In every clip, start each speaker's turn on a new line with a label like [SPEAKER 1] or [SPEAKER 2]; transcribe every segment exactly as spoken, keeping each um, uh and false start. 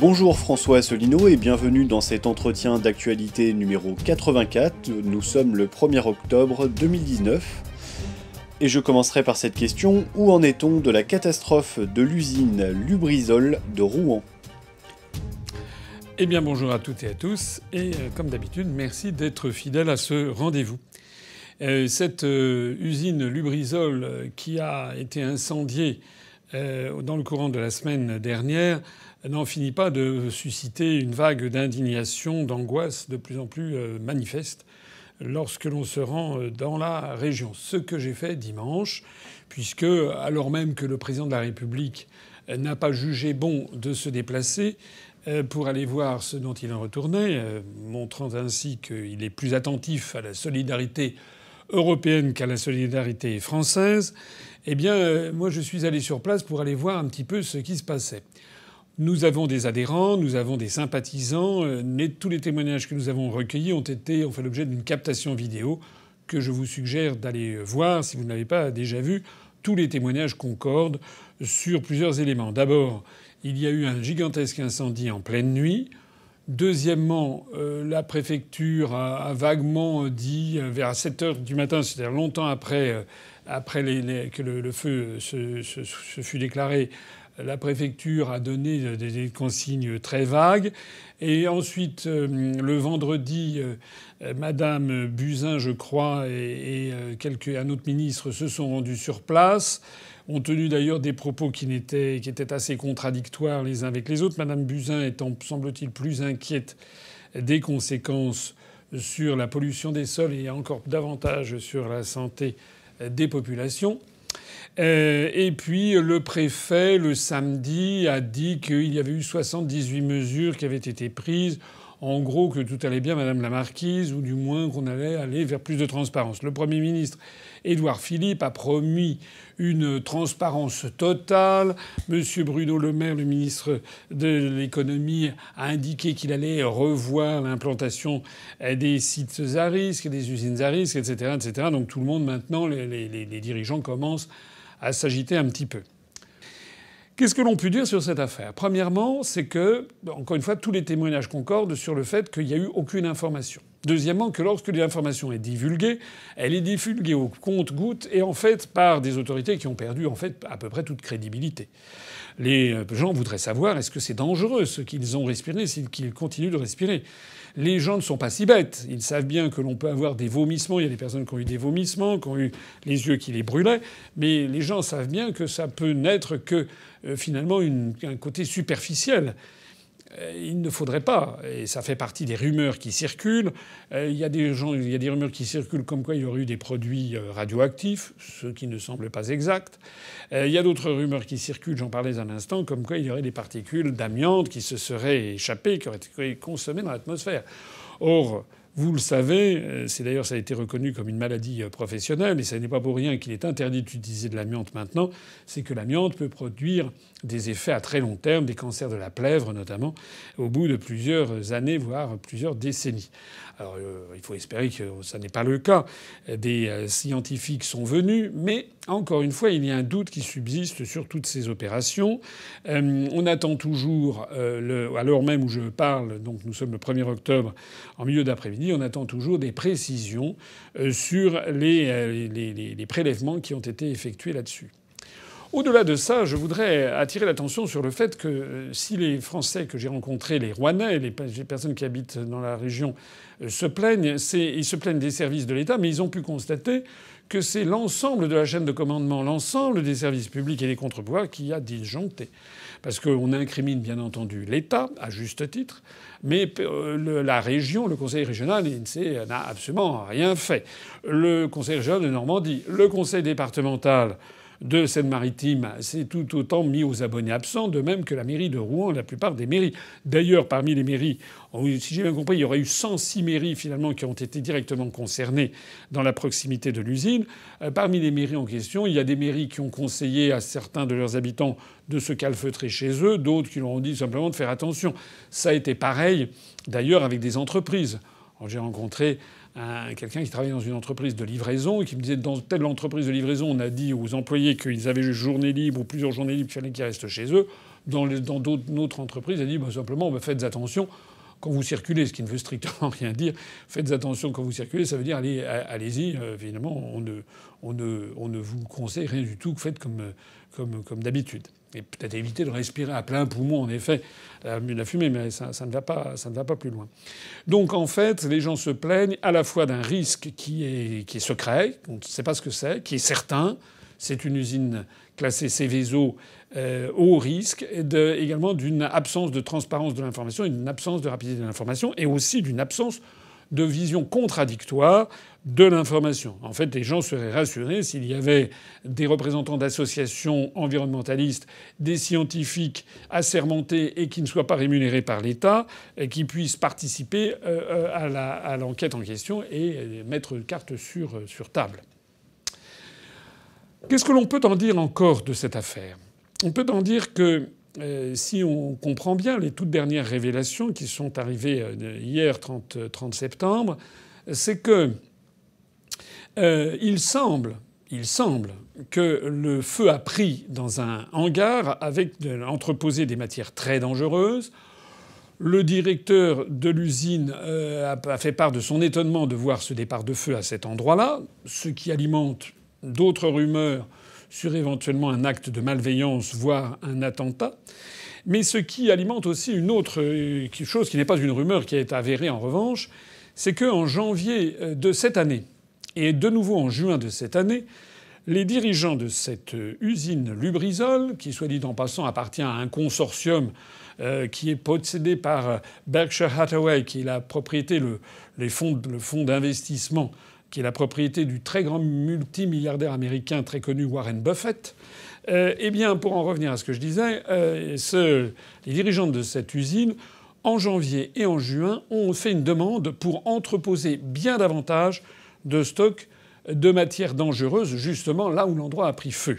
[SPEAKER 1] Bonjour François Asselineau et bienvenue dans cet entretien d'actualité numéro quatre-vingt-quatre. Nous sommes le premier octobre deux mille dix-neuf. Et je commencerai par cette question, où en est-on de la catastrophe de l'usine Lubrizol de Rouen ?
[SPEAKER 2] Eh bien bonjour à toutes et à tous, et euh, comme d'habitude, merci d'être fidèles à ce rendez-vous. Euh, cette euh, usine Lubrizol euh, qui a été incendiée euh, dans le courant de la semaine dernière n'en finit pas de susciter une vague d'indignation, d'angoisse de plus en plus euh, manifeste lorsque l'on se rend dans la région. Ce que j'ai fait dimanche, puisque alors même que le président de la République n'a pas jugé bon de se déplacer pour aller voir ce dont il en retournait, montrant ainsi qu'il est plus attentif à la solidarité européenne qu'à la solidarité française, eh bien moi je suis allé sur place pour aller voir un petit peu ce qui se passait. Nous avons des adhérents, nous avons des sympathisants. Mais tous les témoignages que nous avons recueillis ont été ont fait l'objet d'une captation vidéo que je vous suggère d'aller voir si vous ne l'avez pas déjà vu. Tous les témoignages concordent sur plusieurs éléments. D'abord, il y a eu un gigantesque incendie en pleine nuit. Deuxièmement, euh, la préfecture a, a vaguement dit euh, vers sept heures du matin, c'est-à-dire longtemps après, euh, après les, les, que le, le feu se, se, se fut déclaré, la préfecture a donné des consignes très vagues. Et ensuite, euh, le vendredi, euh, Madame Buzyn, je crois, et, et euh, quelques, un autre ministre se sont rendus sur place, ont tenu d'ailleurs des propos qui, n'étaient, qui étaient assez contradictoires les uns avec les autres. Madame Buzyn étant, semble-t-il, plus inquiète des conséquences sur la pollution des sols et encore davantage sur la santé des populations. Euh, et puis le préfet, le samedi, a dit qu'il y avait eu soixante-dix-huit mesures qui avaient été prises. En gros, que tout allait bien, Madame la Marquise, ou du moins qu'on allait aller vers plus de transparence. Le Premier ministre, Édouard Philippe, a promis une transparence totale. Monsieur Bruno Le Maire, le ministre de l'Économie, a indiqué qu'il allait revoir l'implantation des sites à risque, des usines à risque, et cetera, et cetera. Donc tout le monde, maintenant, les, les, les dirigeants commencent à s'agiter un petit peu. Qu'est-ce que l'on peut dire sur cette affaire ? Premièrement, c'est que, encore une fois, tous les témoignages concordent sur le fait qu'il n'y a eu aucune information. Deuxièmement, que lorsque l'information est divulguée, elle est divulguée au compte-gouttes et en fait par des autorités qui ont perdu en fait à peu près toute crédibilité. Les gens voudraient savoir est-ce que c'est dangereux ce qu'ils ont respiré, qu'ils continuent de respirer. Les gens ne sont pas si bêtes. Ils savent bien que l'on peut avoir des vomissements. Il y a des personnes qui ont eu des vomissements, qui ont eu les yeux qui les brûlaient. Mais les gens savent bien que ça peut n'être que euh, finalement une, un côté superficiel. Il ne faudrait pas, et ça fait partie des rumeurs qui circulent. Il y a des gens, il y a des rumeurs qui circulent comme quoi il y aurait eu des produits radioactifs, ce qui ne semble pas exact. Il y a d'autres rumeurs qui circulent, j'en parlais un instant, comme quoi il y aurait des particules d'amiante qui se seraient échappées, qui auraient été consommées dans l'atmosphère. Or, vous le savez, c'est d'ailleurs ça a été reconnu comme une maladie professionnelle, et ce n'est pas pour rien qu'il est interdit d'utiliser de l'amiante maintenant, c'est que l'amiante peut produire des effets à très long terme, des cancers de la plèvre notamment, au bout de plusieurs années, voire plusieurs décennies. Alors euh, il faut espérer que ça n'est pas le cas. Des euh, scientifiques sont venus, mais encore une fois, il y a un doute qui subsiste sur toutes ces opérations. Euh, on attend toujours, euh, le, à l'heure même où je parle, donc nous sommes le premier octobre, en milieu d'après-midi, on attend toujours des précisions euh, sur les, euh, les, les, les prélèvements qui ont été effectués là-dessus. Au-delà de ça, je voudrais attirer l'attention sur le fait que euh, si les Français que j'ai rencontrés, les Rouennais, les, les personnes qui habitent dans la région euh, se plaignent, c'est, ils se plaignent des services de l'État, mais ils ont pu constater que c'est l'ensemble de la chaîne de commandement, l'ensemble des services publics et des contre-pouvoirs qui a disjoncté. Parce qu'on incrimine bien entendu l'État, à juste titre, mais euh, le, la région, le conseil régional, l'I N S E E n'a absolument rien fait. Le conseil régional de Normandie, le conseil départemental de Seine-Maritime, c'est tout autant mis aux abonnés absents, de même que la mairie de Rouen et la plupart des mairies. D'ailleurs, parmi les mairies, si j'ai bien compris, il y aurait eu cent six mairies finalement qui ont été directement concernées dans la proximité de l'usine. Euh, parmi les mairies en question, il y a des mairies qui ont conseillé à certains de leurs habitants de se calfeutrer chez eux, d'autres qui leur ont dit simplement de faire attention. Ça a été pareil d'ailleurs avec des entreprises. J'ai rencontré un, quelqu'un qui travaillait dans une entreprise de livraison et qui me disait dans telle entreprise de livraison, on a dit aux employés qu'ils avaient une journée libre ou plusieurs journées libres, qu'il fallait qu'ils restent chez eux. Dans, les, dans d'autres notre entreprise, elle dit bah, simplement bah, faites attention quand vous circulez, ce qui ne veut strictement rien dire. Faites attention quand vous circulez, ça veut dire allez, allez-y. Euh, évidemment, on ne, on, ne, on ne vous conseille rien du tout. Faites comme, comme, comme d'habitude. Et peut-être éviter de respirer à plein poumon, en effet, la, la fumée, mais ça, ça, ne va pas, ça ne va pas plus loin. Donc, en fait, les gens se plaignent à la fois d'un risque qui est, qui est secret, on ne sait pas ce que c'est, qui est certain. C'est une usine classée Seveso euh, haut risque, et de, également d'une absence de transparence de l'information, et d'une absence de rapidité de l'information, et aussi d'une absence de vision contradictoire de l'information. En fait, les gens seraient rassurés s'il y avait des représentants d'associations environnementalistes, des scientifiques assermentés et qui ne soient pas rémunérés par l'État, et qui puissent participer euh, à, la, à l'enquête en question et mettre carte sur, sur table. Qu'est-ce que l'on peut en dire encore de cette affaire ? On peut en dire que euh, si on comprend bien les toutes dernières révélations qui sont arrivées euh, hier trente septembre, c'est que euh, il semble, il semble que le feu a pris dans un hangar avec de, entreposé des matières très dangereuses. Le directeur de l'usine euh, a fait part de son étonnement de voir ce départ de feu à cet endroit-là, ce qui alimente d'autres rumeurs sur éventuellement un acte de malveillance, voire un attentat. Mais ce qui alimente aussi une autre chose qui n'est pas une rumeur, qui est avérée en revanche, c'est qu'en janvier de cette année, et de nouveau en juin de cette année, les dirigeants de cette usine Lubrizol, qui soit dit en passant appartient à un consortium euh, qui est possédé par Berkshire Hathaway, qui est la propriété, le, les fonds, le fonds d'investissement qui est la propriété du très grand multimilliardaire américain très connu Warren Buffett, euh, eh bien, pour en revenir à ce que je disais, euh, ce, les dirigeants de cette usine, en janvier et en juin, ont fait une demande pour entreposer bien davantage de stocks de matières dangereuses, justement là où l'endroit a pris feu.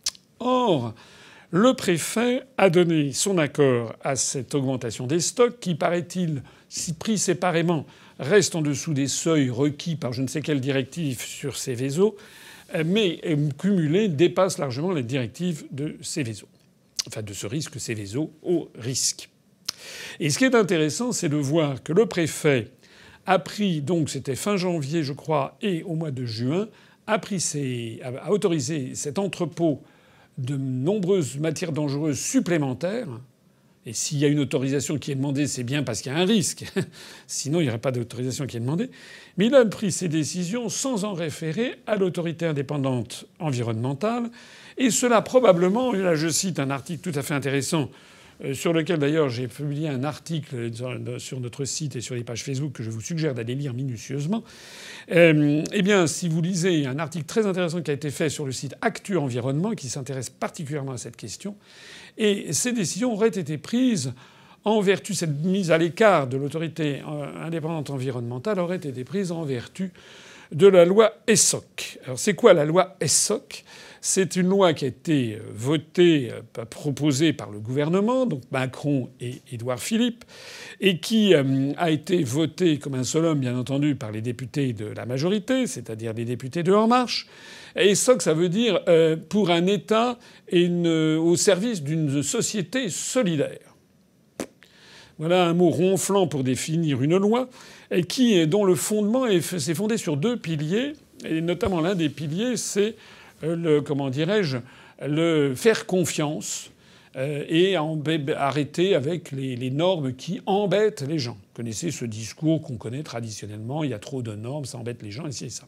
[SPEAKER 2] Or, le préfet a donné son accord à cette augmentation des stocks qui, paraît-il, si pris séparément, reste en dessous des seuils requis par je ne sais quelle directive sur Seveso, mais cumulé dépasse largement les directives de Seveso. Enfin, de ce risque Seveso au risque. Et ce qui est intéressant, c'est de voir que le préfet a pris, donc c'était fin janvier, je crois, et au mois de juin, a pris ses, a autorisé cet entrepôt de nombreuses matières dangereuses supplémentaires. Et s'il y a une autorisation qui est demandée, c'est bien parce qu'il y a un risque. Sinon, il n'y aurait pas d'autorisation qui est demandée. Mais il a pris ses décisions sans en référer à l'autorité indépendante environnementale. Et cela probablement, là je cite un article tout à fait intéressant, euh, sur lequel d'ailleurs j'ai publié un article sur notre site et sur les pages Facebook que je vous suggère d'aller lire minutieusement. Euh, eh bien, si vous lisez un article très intéressant qui a été fait sur le site Actu Environnement, qui s'intéresse particulièrement à cette question, et ces décisions auraient été prises en vertu, cette mise à l'écart de l'autorité indépendante environnementale aurait été prise en vertu de la loi E S O C. Alors c'est quoi la loi E S O C ? C'est une loi qui a été votée, proposée par le gouvernement, donc Macron et Édouard Philippe, et qui a été votée comme un seul homme, bien entendu, par les députés de la majorité, c'est-à-dire les députés de En Marche. Et E S O C, ça veut dire euh, pour un État et une, au service d'une société solidaire. Voilà un mot ronflant pour définir une loi et qui, dont le fondement est, s'est fondé sur deux piliers, et notamment l'un des piliers, c'est le, comment dirais-je, le faire confiance euh, et arrêter avec les, les normes qui embêtent les gens. Vous connaissez ce discours qu'on connaît traditionnellement, il y a trop de normes, ça embête les gens, et c'est ça.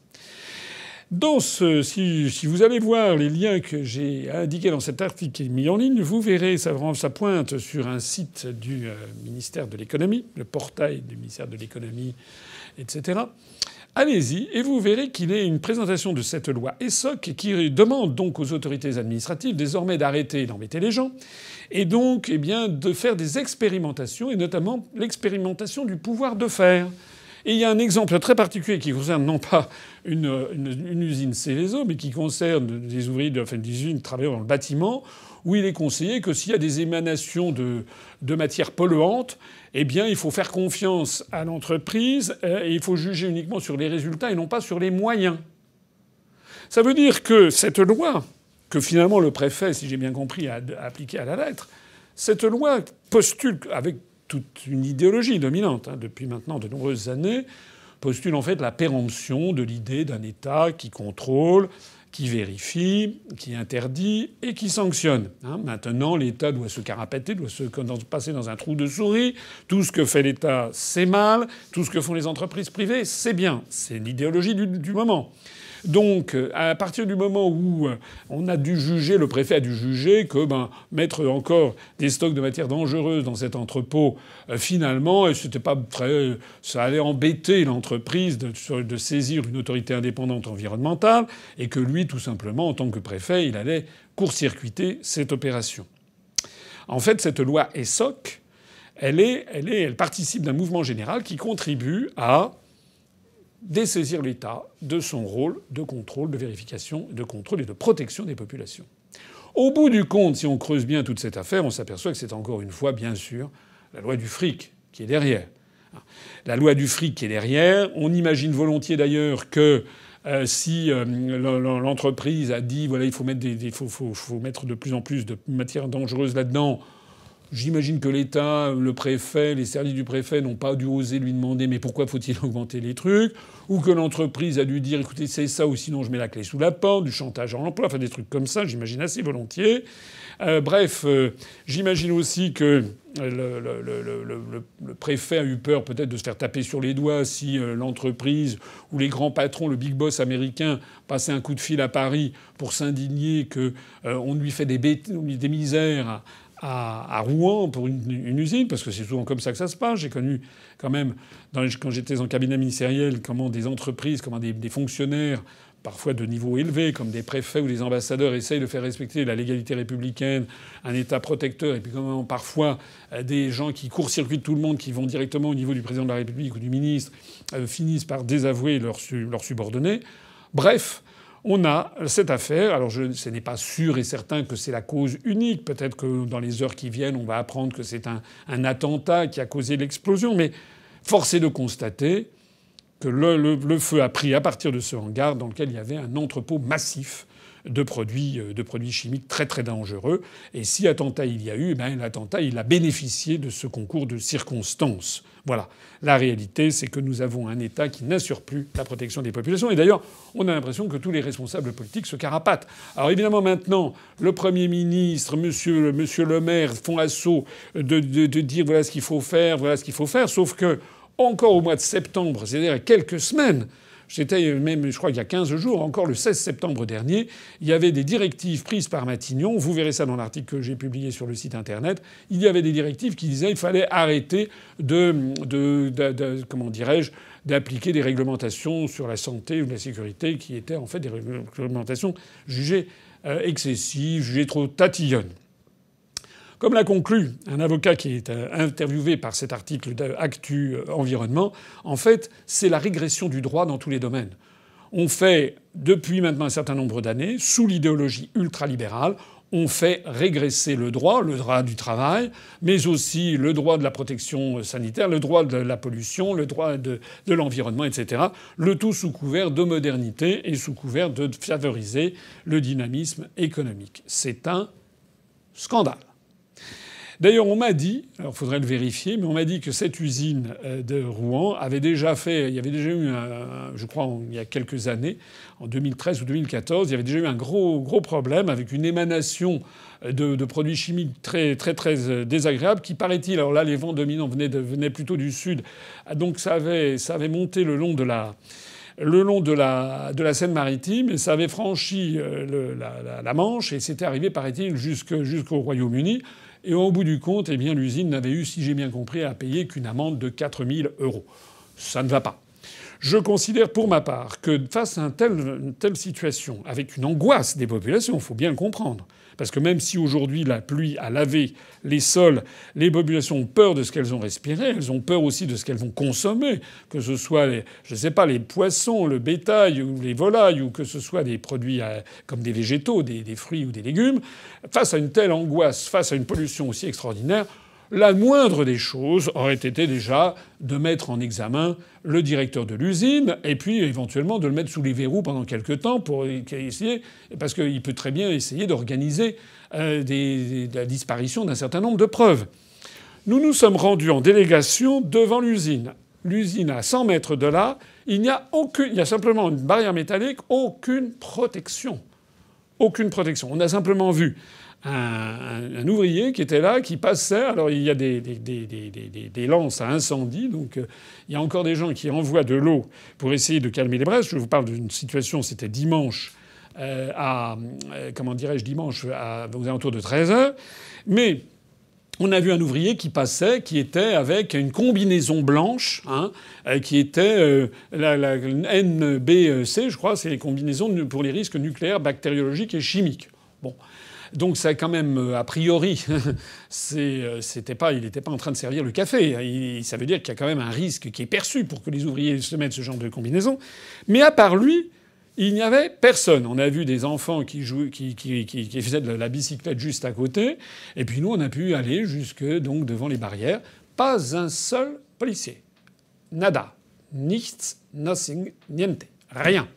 [SPEAKER 2] Dans ce, si, si vous allez voir les liens que j'ai indiqués dans cet article qui est mis en ligne, vous verrez, ça, ça pointe sur un site du euh, ministère de l'économie, le portail du ministère de l'économie, et cetera. Allez-y et vous verrez qu'il y a une présentation de cette loi E S O C qui demande donc aux autorités administratives désormais d'arrêter d'embêter les gens et donc eh bien, de faire des expérimentations et notamment l'expérimentation du pouvoir de faire. Et il y a un exemple très particulier qui concerne non pas une, une, une usine Seveso, mais qui concerne des ouvriers de, enfin, des usines travaillant dans le bâtiment, où il est conseillé que s'il y a des émanations de, de matières polluantes, eh bien, il faut faire confiance à l'entreprise et il faut juger uniquement sur les résultats et non pas sur les moyens. Ça veut dire que cette loi, que finalement le préfet, si j'ai bien compris, a appliquée à la lettre, cette loi postule, avec toute une idéologie dominante hein, depuis maintenant de nombreuses années, postule en fait la péremption de l'idée d'un État qui contrôle, qui vérifie, qui interdit et qui sanctionne. Hein, maintenant, l'État doit se carapater, doit se passer dans un trou de souris. Tout ce que fait l'État, c'est mal. Tout ce que font les entreprises privées, c'est bien. C'est l'idéologie du, du moment. Donc, à partir du moment où on a dû juger, le préfet a dû juger que ben, mettre encore des stocks de matières dangereuses dans cet entrepôt, euh, finalement, c'était pas très, ça allait embêter l'entreprise de, de saisir une autorité indépendante environnementale, et que lui, tout simplement, en tant que préfet, il allait court-circuiter cette opération. En fait, cette loi E S O C, elle, est, elle, est, elle participe d'un mouvement général qui contribue à dessaisir l'État de son rôle de contrôle, de vérification, de contrôle et de protection des populations. Au bout du compte, si on creuse bien toute cette affaire, on s'aperçoit que c'est encore une fois, bien sûr, la loi du fric qui est derrière. La loi du fric qui est derrière. On imagine volontiers d'ailleurs que euh, si euh, l'entreprise a dit voilà, il faut mettre, des, il faut, faut, faut mettre de plus en plus de matières dangereuses là-dedans. J'imagine que l'État, le préfet, les services du préfet n'ont pas dû oser lui demander mais pourquoi faut-il augmenter les trucs, ou que l'entreprise a dû dire écoutez c'est ça ou sinon je mets la clé sous la porte, du chantage à l'emploi, enfin des trucs comme ça, j'imagine assez volontiers. Euh, bref, euh, j'imagine aussi que le, le, le, le, le préfet a eu peur peut-être de se faire taper sur les doigts si euh, l'entreprise ou les grands patrons, le big boss américain, passaient un coup de fil à Paris pour s'indigner qu'on euh, lui fait des, bêt- des misères à, À, à Rouen pour une, une usine, parce que c'est souvent comme ça que ça se passe. J'ai connu quand même, dans les, quand j'étais en cabinet ministériel, comment des entreprises, comment des, des fonctionnaires, parfois de niveau élevé, comme des préfets ou des ambassadeurs, essayent de faire respecter la légalité républicaine, un État protecteur, et puis comment parfois des gens qui court-circuitent tout le monde, qui vont directement au niveau du président de la République ou du ministre, euh, finissent par désavouer leurs leur subordonnés. Bref. On a cette affaire. Alors, je, ce n'est pas sûr et certain que c'est la cause unique. Peut-être que dans les heures qui viennent, on va apprendre que c'est un, un attentat qui a causé l'explosion. Mais force est de constater que le, le, le feu a pris à partir de ce hangar dans lequel il y avait un entrepôt massif de produits, de produits chimiques très très dangereux. Et si attentat il y a eu, eh bien, l'attentat il a bénéficié de ce concours de circonstances. Voilà. La réalité, c'est que nous avons un État qui n'assure plus la protection des populations. Et d'ailleurs, on a l'impression que tous les responsables politiques se carapatent. Alors évidemment, maintenant, le Premier ministre, Monsieur, Monsieur le maire font assaut de, de, de dire voilà ce qu'il faut faire, voilà ce qu'il faut faire. Sauf que encore au mois de septembre, c'est-à-dire il y a quelques semaines, c'était même, je crois, il y a quinze jours, encore le seize septembre dernier, il y avait des directives prises par Matignon. Vous verrez ça dans l'article que j'ai publié sur le site internet. Il y avait des directives qui disaient qu'il fallait arrêter de, de, de, de comment dirais-je, d'appliquer des réglementations sur la santé ou la sécurité qui étaient en fait des réglementations jugées euh, excessives, jugées trop tatillonnes. Comme l'a conclu un avocat qui est interviewé par cet article d'Actu Environnement, en fait, c'est la régression du droit dans tous les domaines. On fait, depuis maintenant un certain nombre d'années, sous l'idéologie ultralibérale, on fait régresser le droit, le droit du travail, mais aussi le droit de la protection sanitaire, le droit de la pollution, le droit de, de l'environnement, et cetera. Le tout sous couvert de modernité et sous couvert de favoriser le dynamisme économique. C'est un scandale. D'ailleurs, on m'a dit, alors il faudrait le vérifier, mais on m'a dit que cette usine de Rouen avait déjà fait, il y avait déjà eu, un, je crois, il y a quelques années, en deux mille treize ou deux mille quatorze, il y avait déjà eu un gros, gros problème avec une émanation de, de produits chimiques très, très, très désagréables qui, paraît-il, alors là, les vents dominants venaient, de, venaient plutôt du sud, donc ça avait, ça avait monté le long de la... le long de la, de la Seine-Maritime, et ça avait franchi le, la, la, la Manche, et c'était arrivé, paraît-il, jusque, jusqu'au Royaume-Uni. Et au bout du compte, eh bien, l'usine n'avait eu, si j'ai bien compris, à payer qu'une amende de quatre mille euros. Ça ne va pas. Je considère pour ma part que face à un tel, une telle situation, avec une angoisse des populations, il faut bien le comprendre, Parce que même si aujourd'hui la pluie a lavé les sols, les populations ont peur de ce qu'elles ont respiré, elles ont peur aussi de ce qu'elles vont consommer, que ce soit, les, je sais pas, les poissons, le bétail ou les volailles, ou que ce soit des produits à, comme des végétaux, des, des fruits ou des légumes. Face à une telle angoisse, face à une pollution aussi extraordinaire, la moindre des choses aurait été déjà de mettre en examen le directeur de l'usine et puis éventuellement de le mettre sous les verrous pendant quelque temps pour essayer, parce qu'il peut très bien essayer d'organiser euh, des, des, la disparition d'un certain nombre de preuves. Nous nous sommes rendus en délégation devant l'usine. L'usine à cent mètres de là, il n'y a aucune, il y a simplement une barrière métallique, aucune protection. Aucune protection. On a simplement vu Un, un, un ouvrier qui était là, qui passait. Alors il y a des, des, des, des, des, des lances à incendie, donc euh, il y a encore des gens qui envoient de l'eau pour essayer de calmer les braises. Je vous parle d'une situation, c'était dimanche euh, à euh, comment dirais-je dimanche à, aux alentours de treize heures. Mais on a vu un ouvrier qui passait, qui était avec une combinaison blanche, hein, euh, qui était euh, la, la N B C, je crois, c'est les combinaisons pour les risques nucléaires, bactériologiques et chimiques. Bon. Donc ça quand même, a priori, c'était pas, il n'était pas en train de servir le café. Il, ça veut dire qu'il y a quand même un risque qui est perçu pour que les ouvriers se mettent ce genre de combinaison. Mais à part lui, il n'y avait personne. On a vu des enfants qui, jouaient, qui, qui, qui, qui faisaient de la bicyclette juste à côté. Et puis nous, on a pu aller jusque donc devant les barrières. Pas un seul policier. Nada. Nichts, nothing, niente. Rien.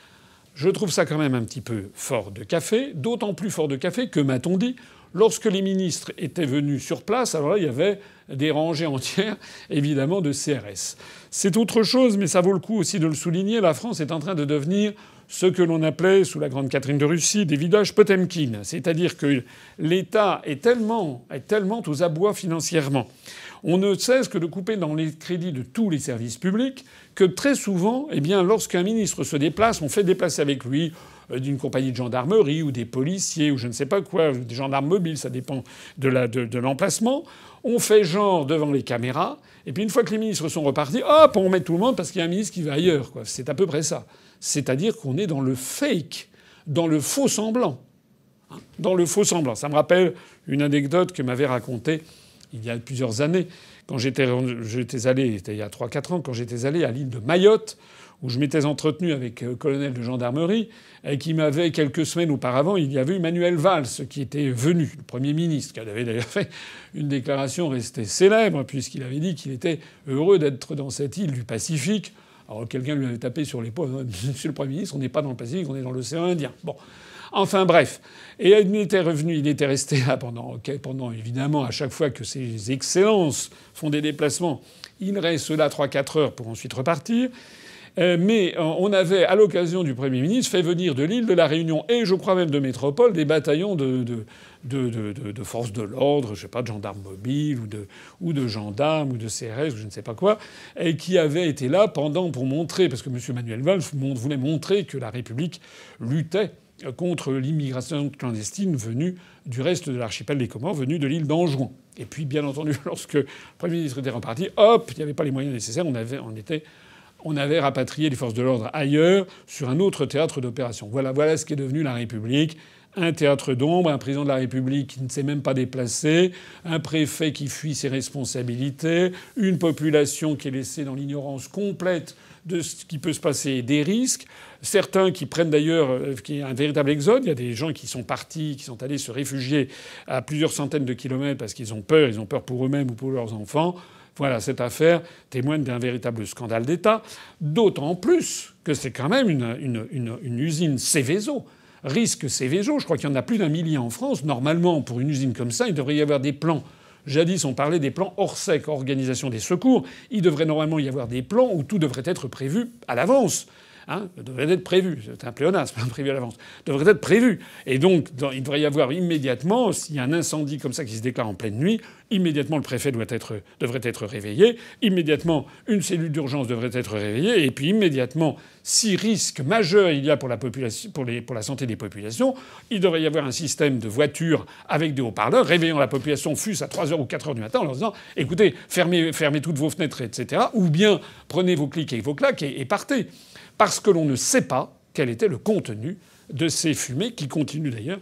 [SPEAKER 2] Je trouve ça quand même un petit peu fort de café, d'autant plus fort de café que, m'a-t-on dit, lorsque les ministres étaient venus sur place, alors là, il y avait des rangées entières, évidemment, de C R S. C'est autre chose, mais ça vaut le coup aussi de le souligner. La France est en train de devenir ce que l'on appelait, sous la Grande Catherine de Russie, des villages Potemkin. C'est-à-dire que l'État est tellement, est tellement aux abois financièrement. On ne cesse que de couper dans les crédits de tous les services publics que très souvent, eh bien, lorsqu'un ministre se déplace, on fait déplacer avec lui euh, d'une compagnie de gendarmerie ou des policiers ou je ne sais pas quoi, des gendarmes mobiles, ça dépend de, la, de, de l'emplacement. On fait genre devant les caméras, et puis une fois que les ministres sont repartis, hop, on met tout le monde parce qu'il y a un ministre qui va ailleurs, quoi. C'est à peu près ça. C'est-à-dire qu'on est dans le fake, dans le faux semblant. Dans le faux semblant. Ça me rappelle une anecdote que m'avait racontée il y a plusieurs années, quand j'étais, j'étais allé, c'était il y a trois quatre ans, quand j'étais allé à l'île de Mayotte, où je m'étais entretenu avec le colonel de gendarmerie, et qui m'avait, quelques semaines auparavant, il y avait eu Manuel Valls, qui était venu, le Premier ministre, qui avait d'ailleurs fait une déclaration restée célèbre, puisqu'il avait dit qu'il était heureux d'être dans cette île du Pacifique. Alors quelqu'un lui avait tapé sur l'épaule. Monsieur le Premier ministre, on n'est pas dans le Pacifique, on est dans l'océan Indien. Bon. Enfin bref. Et il était revenu, il était resté là pendant, pendant évidemment, à chaque fois que ces excellences font des déplacements, il reste là trois quatre heures pour ensuite repartir. Euh, mais on avait, à l'occasion du Premier ministre, fait venir de l'île de la Réunion et je crois même de métropole des bataillons de, de, de, de, de, de forces de l'ordre, je sais pas, de gendarmes mobiles ou de, ou de gendarmes ou de C R S ou je ne sais pas quoi, et qui avaient été là pendant pour montrer, parce que M. Manuel Valls voulait montrer que la République luttait contre l'immigration clandestine venue du reste de l'archipel des Comores, venue de l'île d'Anjouan. Et puis, bien entendu, lorsque le Premier ministre était reparti, hop, il n'y avait pas les moyens nécessaires, on, avait, on, était, on avait rapatrié les forces de l'ordre ailleurs, sur un autre théâtre d'opération. Voilà, voilà ce qu'est devenu la République. Un théâtre d'ombre, un président de la République qui ne s'est même pas déplacé, un préfet qui fuit ses responsabilités, une population qui est laissée dans l'ignorance complète de ce qui peut se passer et des risques. Certains qui prennent d'ailleurs qui est un véritable exode. Il y a des gens qui sont partis, qui sont allés se réfugier à plusieurs centaines de kilomètres parce qu'ils ont peur, ils ont peur pour eux-mêmes ou pour leurs enfants. Voilà, cette affaire témoigne d'un véritable scandale d'État. D'autant plus que c'est quand même une, une, une, une usine Seveso. Risque Seveso, je crois qu'il y en a plus d'un millier en France. Normalement, pour une usine comme ça, il devrait y avoir des plans. Jadis, on parlait des plans Orsec, organisation des secours. Il devrait normalement y avoir des plans où tout devrait être prévu à l'avance. Hein, devrait être prévu. C'est un pléonasme, prévu à l'avance. Devrait être prévu. Et donc, dans, il devrait y avoir immédiatement, s'il y a un incendie comme ça qui se déclare en pleine nuit, immédiatement le préfet doit être, devrait être réveillé. Immédiatement, une cellule d'urgence devrait être réveillée. Et puis immédiatement, si risque majeur il y a pour la population, pour, les, pour la santé des populations, il devrait y avoir un système de voitures avec des haut-parleurs réveillant la population, fût-ce à trois heures ou quatre heures du matin, en leur disant écoutez, fermez, fermez toutes vos fenêtres, et cetera. Ou bien prenez vos clics et vos claques et, et partez. Parce que l'on ne sait pas quel était le contenu de ces fumées, qui continuent d'ailleurs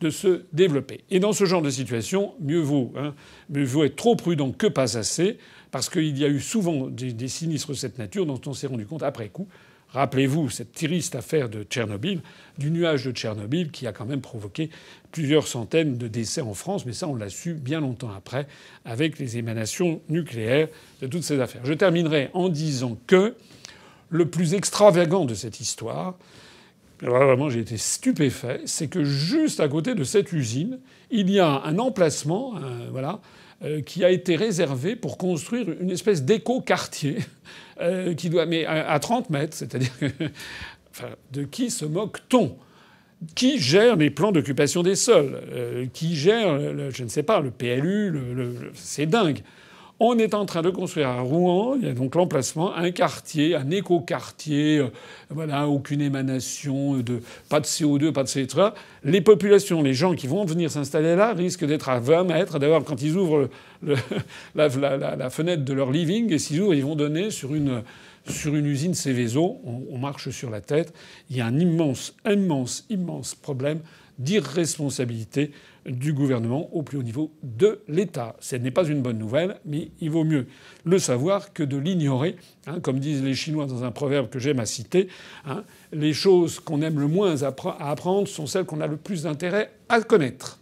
[SPEAKER 2] de se développer. Et dans ce genre de situation, mieux vaut, hein, mieux vaut être trop prudent que pas assez, parce qu'il y a eu souvent des, des sinistres de cette nature dont on s'est rendu compte après coup. Rappelez-vous cette triste affaire de Tchernobyl, du nuage de Tchernobyl qui a quand même provoqué plusieurs centaines de décès en France, mais ça on l'a su bien longtemps après avec les émanations nucléaires de toutes ces affaires. Je terminerai en disant que le plus extravagant de cette histoire, alors vraiment j'ai été stupéfait, c'est que juste à côté de cette usine, il y a un emplacement, un, voilà, euh, qui a été réservé pour construire une espèce d'éco-quartier euh, qui doit, mais à, à trente mètres, c'est-à-dire que, enfin, de qui se moque-t-on ? Qui gère les plans d'occupation des sols euh, Qui gère, le, je ne sais pas, le P L U le, le, c'est dingue. On est en train de construire à Rouen, il y a donc l'emplacement, un quartier, un éco-quartier, euh, voilà, aucune émanation, de, pas de C O deux, pas de et cetera. Les populations, les gens qui vont venir s'installer là risquent d'être à vingt mètres. D'ailleurs, quand ils ouvrent le, la, la, la, la fenêtre de leur living, et s'ils ouvrent, ils vont donner sur une, sur une usine Céveso. On, on marche sur la tête. Il y a un immense, immense, immense problème d'irresponsabilité du gouvernement au plus haut niveau de l'État. Ce n'est pas une bonne nouvelle, mais il vaut mieux le savoir que de l'ignorer. Hein, comme disent les Chinois dans un proverbe que j'aime à citer, hein, les choses qu'on aime le moins à apprendre sont celles qu'on a le plus d'intérêt à connaître.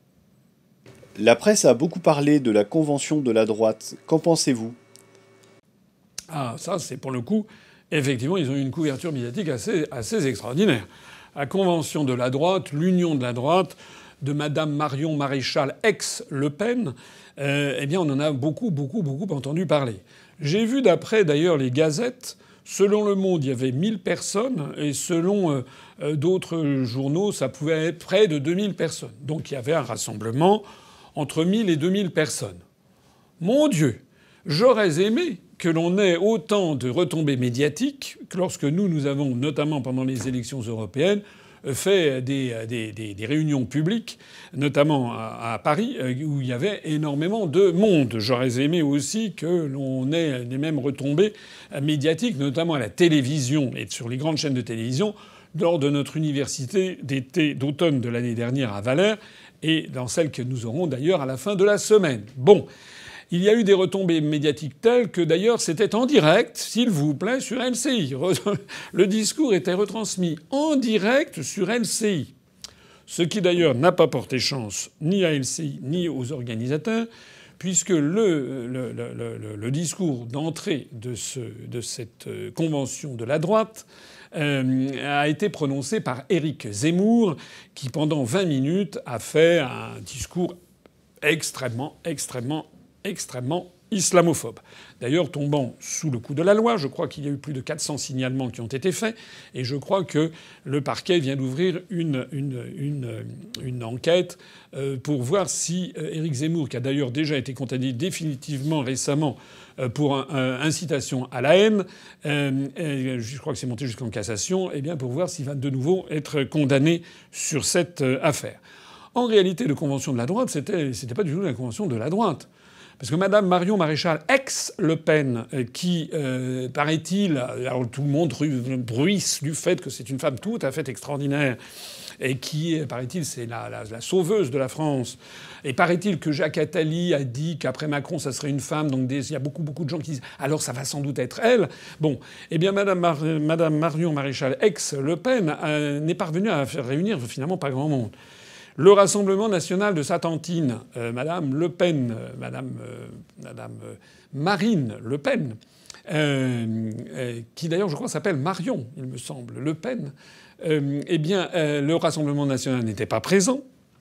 [SPEAKER 1] La presse a beaucoup parlé de la convention de la droite. Qu'en pensez-vous ?
[SPEAKER 2] Ah, ça, c'est pour le coup, effectivement, ils ont eu une couverture médiatique assez, assez extraordinaire. La convention de la droite, l'union de la droite, de Madame Marion Maréchal ex-Le Pen, euh, eh bien on en a beaucoup, beaucoup, beaucoup entendu parler. J'ai vu d'après d'ailleurs les gazettes, selon Le Monde il y avait mille personnes et selon euh, euh, d'autres journaux ça pouvait être près de deux mille personnes. Donc il y avait un rassemblement entre mille et deux mille personnes. Mon Dieu, j'aurais aimé que l'on ait autant de retombées médiatiques que lorsque nous, nous avons, notamment pendant les élections européennes, fait des, des, des, des réunions publiques, notamment à, à Paris, où il y avait énormément de monde. J'aurais aimé aussi que l'on ait les mêmes retombées médiatiques, notamment à la télévision et sur les grandes chaînes de télévision, lors de notre université d'été, d'automne de l'année dernière à Valère, et dans celle que nous aurons d'ailleurs à la fin de la semaine. Bon. Il y a eu des retombées médiatiques telles que d'ailleurs c'était en direct, s'il vous plaît, sur L C I. Le discours était retransmis en direct sur L C I. Ce qui d'ailleurs n'a pas porté chance ni à L C I ni aux organisateurs, puisque le, le, le, le, le discours d'entrée de, ce, de cette convention de la droite euh, a été prononcé par Éric Zemmour, qui pendant vingt minutes a fait un discours extrêmement, extrêmement extrêmement islamophobe. D'ailleurs, tombant sous le coup de la loi, je crois qu'il y a eu plus de quatre cents signalements qui ont été faits, et je crois que le parquet vient d'ouvrir une, une, une, une enquête pour voir si Éric Zemmour, qui a d'ailleurs déjà été condamné définitivement récemment pour un, un, incitation à la haine, euh, je crois que c'est monté jusqu'en cassation, et bien pour voir s'il va de nouveau être condamné sur cette affaire. En réalité, la convention de la droite, c'était, c'était pas du tout la convention de la droite. Parce que Madame Marion Maréchal, ex-Le Pen, qui, euh, paraît-il, alors tout le monde bruisse du fait que c'est une femme tout à fait extraordinaire, et qui, paraît-il, c'est la, la, la sauveuse de la France. Et paraît-il que Jacques Attali a dit qu'après Macron, ça serait une femme. Donc des, il y a beaucoup, beaucoup de gens qui disent « alors ça va sans doute être elle ». Bon, eh bien Madame, Mar- Madame Marion Maréchal, ex-Le Pen, euh, n'est parvenue à faire réunir finalement pas grand monde. Le Rassemblement national de sa tantine, euh, Madame Le Pen, euh, Madame, euh, Madame euh, Marine Le Pen, euh, euh, qui d'ailleurs je crois s'appelle Marion, il me semble, Le Pen, euh, eh bien euh, le Rassemblement national n'était pas présent,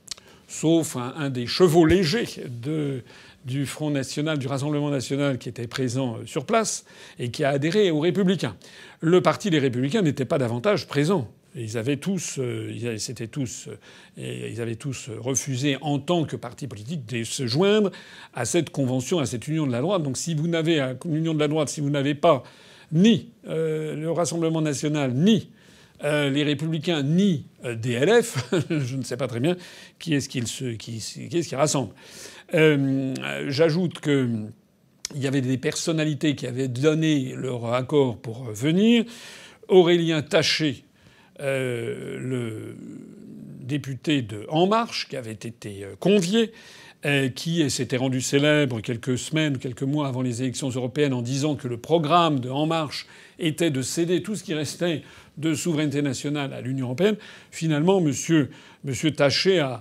[SPEAKER 2] sauf un, un des chevaux légers de, du Front national, du Rassemblement national qui était présent sur place et qui a adhéré aux Républicains. Le parti des Républicains n'était pas davantage présent. Ils avaient tous, euh, ils, s'étaient tous, euh, ils avaient tous refusé en tant que parti politique de se joindre à cette convention, à cette union de la droite. Donc, si vous n'avez une union de la droite, si vous n'avez pas ni euh, le Rassemblement national, ni euh, les Républicains, ni euh, D L F, je ne sais pas très bien qui est-ce qu'ils se, qui, qui est-ce qui rassemble. Euh, j'ajoute que il y avait des personnalités qui avaient donné leur accord pour venir. Aurélien Taché, Euh, le député de En Marche qui avait été convié, qui s'était rendu célèbre quelques semaines, quelques mois avant les élections européennes en disant que le programme de En Marche était de céder tout ce qui restait de souveraineté nationale à l'Union européenne. Finalement, monsieur, monsieur Taché a,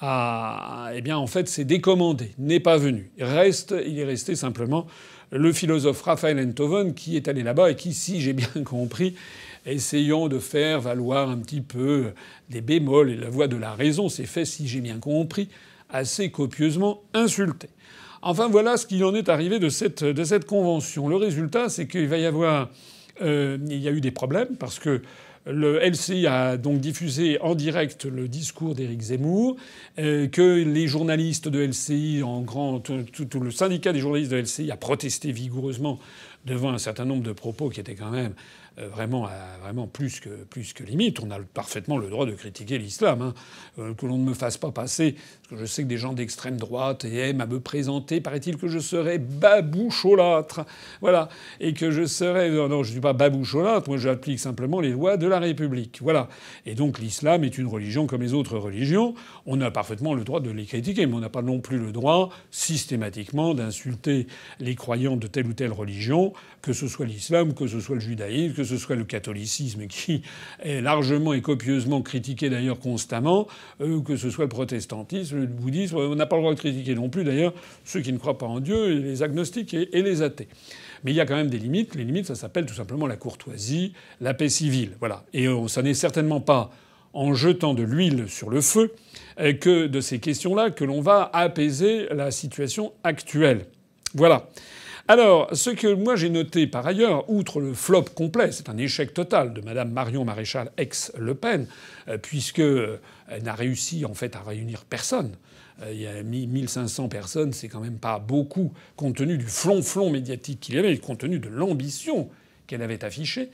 [SPEAKER 2] a, eh bien, en fait, s'est décommandé, n'est pas venu. Il reste, il est resté simplement le philosophe Raphaël Enthoven qui est allé là-bas et qui, si j'ai bien compris, essayant de faire valoir un petit peu les bémols et la voix de la raison, s'est fait, si j'ai bien compris, assez copieusement insulté. Enfin, voilà ce qu'il en est arrivé de cette, de cette convention. Le résultat, c'est qu'il va y avoir... Euh, il y a eu des problèmes parce que le L C I a donc diffusé en direct le discours d'Éric Zemmour, euh, que les journalistes de L C I, en grand, tout, tout, tout le syndicat des journalistes de L C I a protesté vigoureusement devant un certain nombre de propos qui étaient quand même euh, vraiment, euh, vraiment plus que, plus que limite. On a parfaitement le droit de critiquer l'islam, hein. Euh, que l'on ne me fasse pas passer, parce que je sais que des gens d'extrême droite aiment à me présenter, paraît-il que je serais baboucholâtre, voilà, et que je serais... Non, non, je ne suis pas baboucholâtre, moi j'applique simplement les lois de la République, voilà. Et donc l'islam est une religion comme les autres religions, on a parfaitement le droit de les critiquer, mais on n'a pas non plus le droit, systématiquement, d'insulter les croyants de telle ou telle religion, que ce soit l'islam, que ce soit le judaïsme, que ce soit le catholicisme, qui est largement et copieusement critiqué d'ailleurs constamment, euh, que ce soit le protestantisme, le bouddhisme. On n'a pas le droit de critiquer non plus d'ailleurs ceux qui ne croient pas en Dieu, les agnostiques et, et les athées. Mais il y a quand même des limites. Les limites, ça s'appelle tout simplement la courtoisie, la paix civile. Voilà. Et euh, ça n'est certainement pas en jetant de l'huile sur le feu euh, que de ces questions-là que l'on va apaiser la situation actuelle. Voilà. Alors, ce que moi j'ai noté par ailleurs, outre le flop complet, c'est un échec total de Madame Marion Maréchal ex-Le Pen, euh, puisque euh, elle n'a réussi en fait à réunir personne. Euh, il y a mille cinq cents personnes, c'est quand même pas beaucoup, compte tenu du flonflon médiatique qu'il y avait, compte tenu de l'ambition qu'elle avait affichée.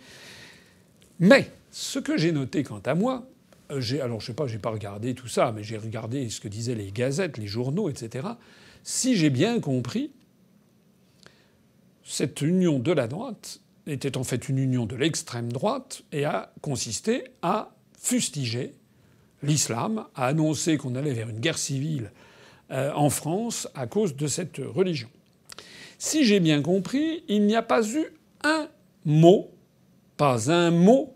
[SPEAKER 2] Mais ce que j'ai noté quant à moi, euh, j'ai, alors je sais pas, j'ai pas regardé tout ça, mais j'ai regardé ce que disaient les gazettes, les journaux, et cetera. Si j'ai bien compris, cette union de la droite était en fait une union de l'extrême droite et a consisté à fustiger l'islam, à annoncer qu'on allait vers une guerre civile euh, en France à cause de cette religion. Si j'ai bien compris, il n'y a pas eu un mot, pas un mot,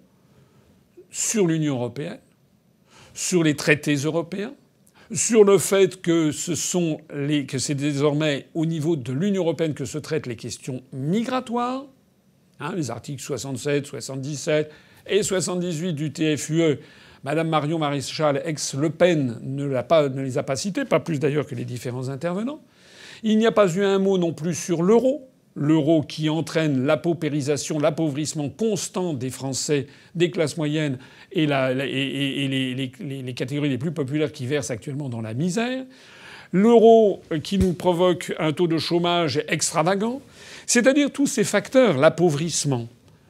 [SPEAKER 2] sur l'Union européenne, sur les traités européens, sur le fait que ce sont les, que c'est désormais au niveau de l'Union européenne que se traitent les questions migratoires, hein, les articles soixante-sept, soixante-dix-sept et soixante-dix-huit du T F U E. Madame Marion Maréchal, ex-Le Pen, ne, l'a pas, ne les a pas cités, pas plus d'ailleurs que les différents intervenants. Il n'y a pas eu un mot non plus sur l'euro. L'euro qui entraîne l'apaupérisation, l'appauvrissement constant des Français, des classes moyennes et, la, et, et, et les, les, les catégories les plus populaires qui versent actuellement dans la misère. L'euro qui nous provoque un taux de chômage extravagant. C'est-à-dire tous ces facteurs, l'appauvrissement,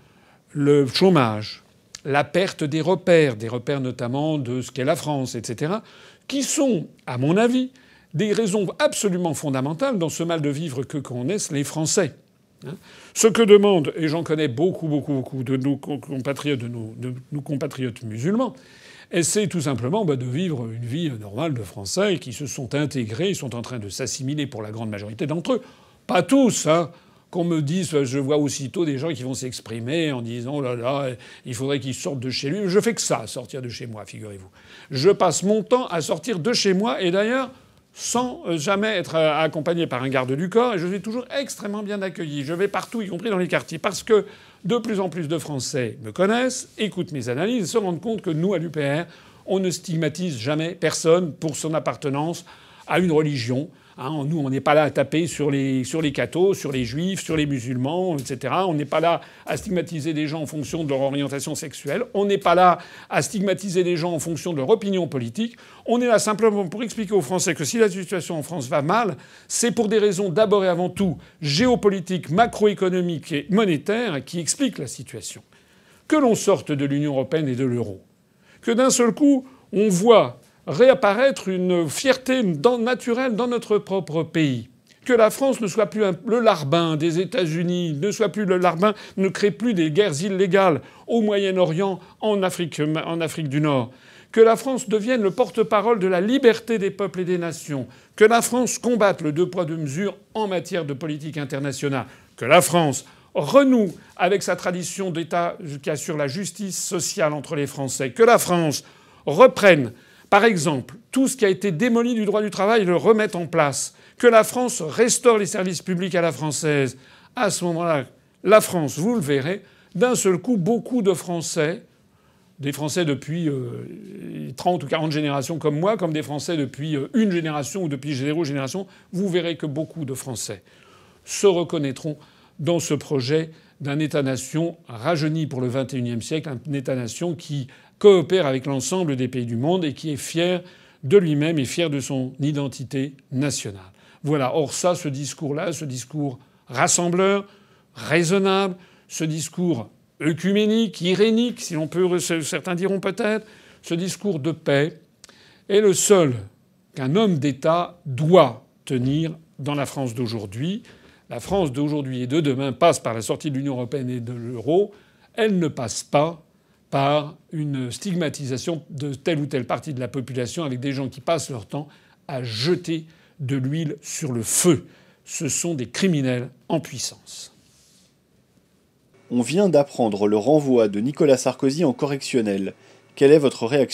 [SPEAKER 2] le chômage, la perte des repères, des repères notamment de ce qu'est la France, et cetera, qui sont, à mon avis, des raisons absolument fondamentales dans ce mal de vivre que connaissent les Français. Ce que demandent, et j'en connais beaucoup, beaucoup, beaucoup de nos compatriotes, de nos, de nos compatriotes musulmans, c'est tout simplement bah, de vivre une vie normale de Français qui se sont intégrés, ils sont en train de s'assimiler pour la grande majorité d'entre eux. Pas tous, hein. Qu'on me dise, je vois aussitôt des gens qui vont s'exprimer en disant oh là là, il faudrait qu'ils sortent de chez lui. Je fais que ça, sortir de chez moi, figurez-vous. Je passe mon temps à sortir de chez moi, et d'ailleurs sans jamais être accompagné par un garde du corps, et je suis toujours extrêmement bien accueilli. Je vais partout, y compris dans les quartiers, parce que de plus en plus de Français me connaissent, écoutent mes analyses et se rendent compte que nous, à l'U P R, on ne stigmatise jamais personne pour son appartenance à une religion. Hein, nous, on n'est pas là à taper sur les, sur les cathos, sur les juifs, sur les musulmans, et cetera. On n'est pas là à stigmatiser des gens en fonction de leur orientation sexuelle. On n'est pas là à stigmatiser des gens en fonction de leur opinion politique. On est là simplement pour expliquer aux Français que si la situation en France va mal, c'est pour des raisons d'abord et avant tout géopolitiques, macroéconomiques et monétaires qui expliquent la situation. Que l'on sorte de l'Union européenne et de l'euro, que d'un seul coup, on voit réapparaître une fierté naturelle dans notre propre pays. Que la France ne soit plus un, le larbin des États-Unis, ne soit plus le larbin, ne crée plus des guerres illégales au Moyen-Orient, en Afrique, en Afrique du Nord. que la France devienne le porte-parole de la liberté des peuples et des nations, que la France combatte le deux poids deux mesures en matière de politique internationale, que la France renoue avec sa tradition d'État qui assure la justice sociale entre les Français, que la France reprenne, par exemple, tout ce qui a été démoli du droit du travail et le remette en place, que la France restaure les services publics à la française. À ce moment-là, la France, vous le verrez, d'un seul coup, beaucoup de Français, des Français depuis euh, trente ou quarante générations comme moi, comme des Français depuis euh, une génération ou depuis zéro génération, vous verrez que beaucoup de Français se reconnaîtront dans ce projet d'un État-nation rajeuni pour le vingt et unième siècle, un État-nation qui coopère avec l'ensemble des pays du monde et qui est fier de lui-même et fier de son identité nationale. Voilà. Or ça, ce discours-là, ce discours rassembleur, raisonnable, ce discours œcuménique, irénique, si l'on peut, certains diront peut-être, ce discours de paix est le seul qu'un homme d'État doit tenir dans la France d'aujourd'hui. La France d'aujourd'hui et de demain passe par la sortie de l'Union européenne et de l'euro. Elle ne passe pas par une stigmatisation de telle ou telle partie de la population avec des gens qui passent leur temps à jeter de l'huile sur le feu. Ce sont des criminels en puissance.
[SPEAKER 1] On vient d'apprendre le renvoi de Nicolas Sarkozy en correctionnel. Quelle est votre réaction ?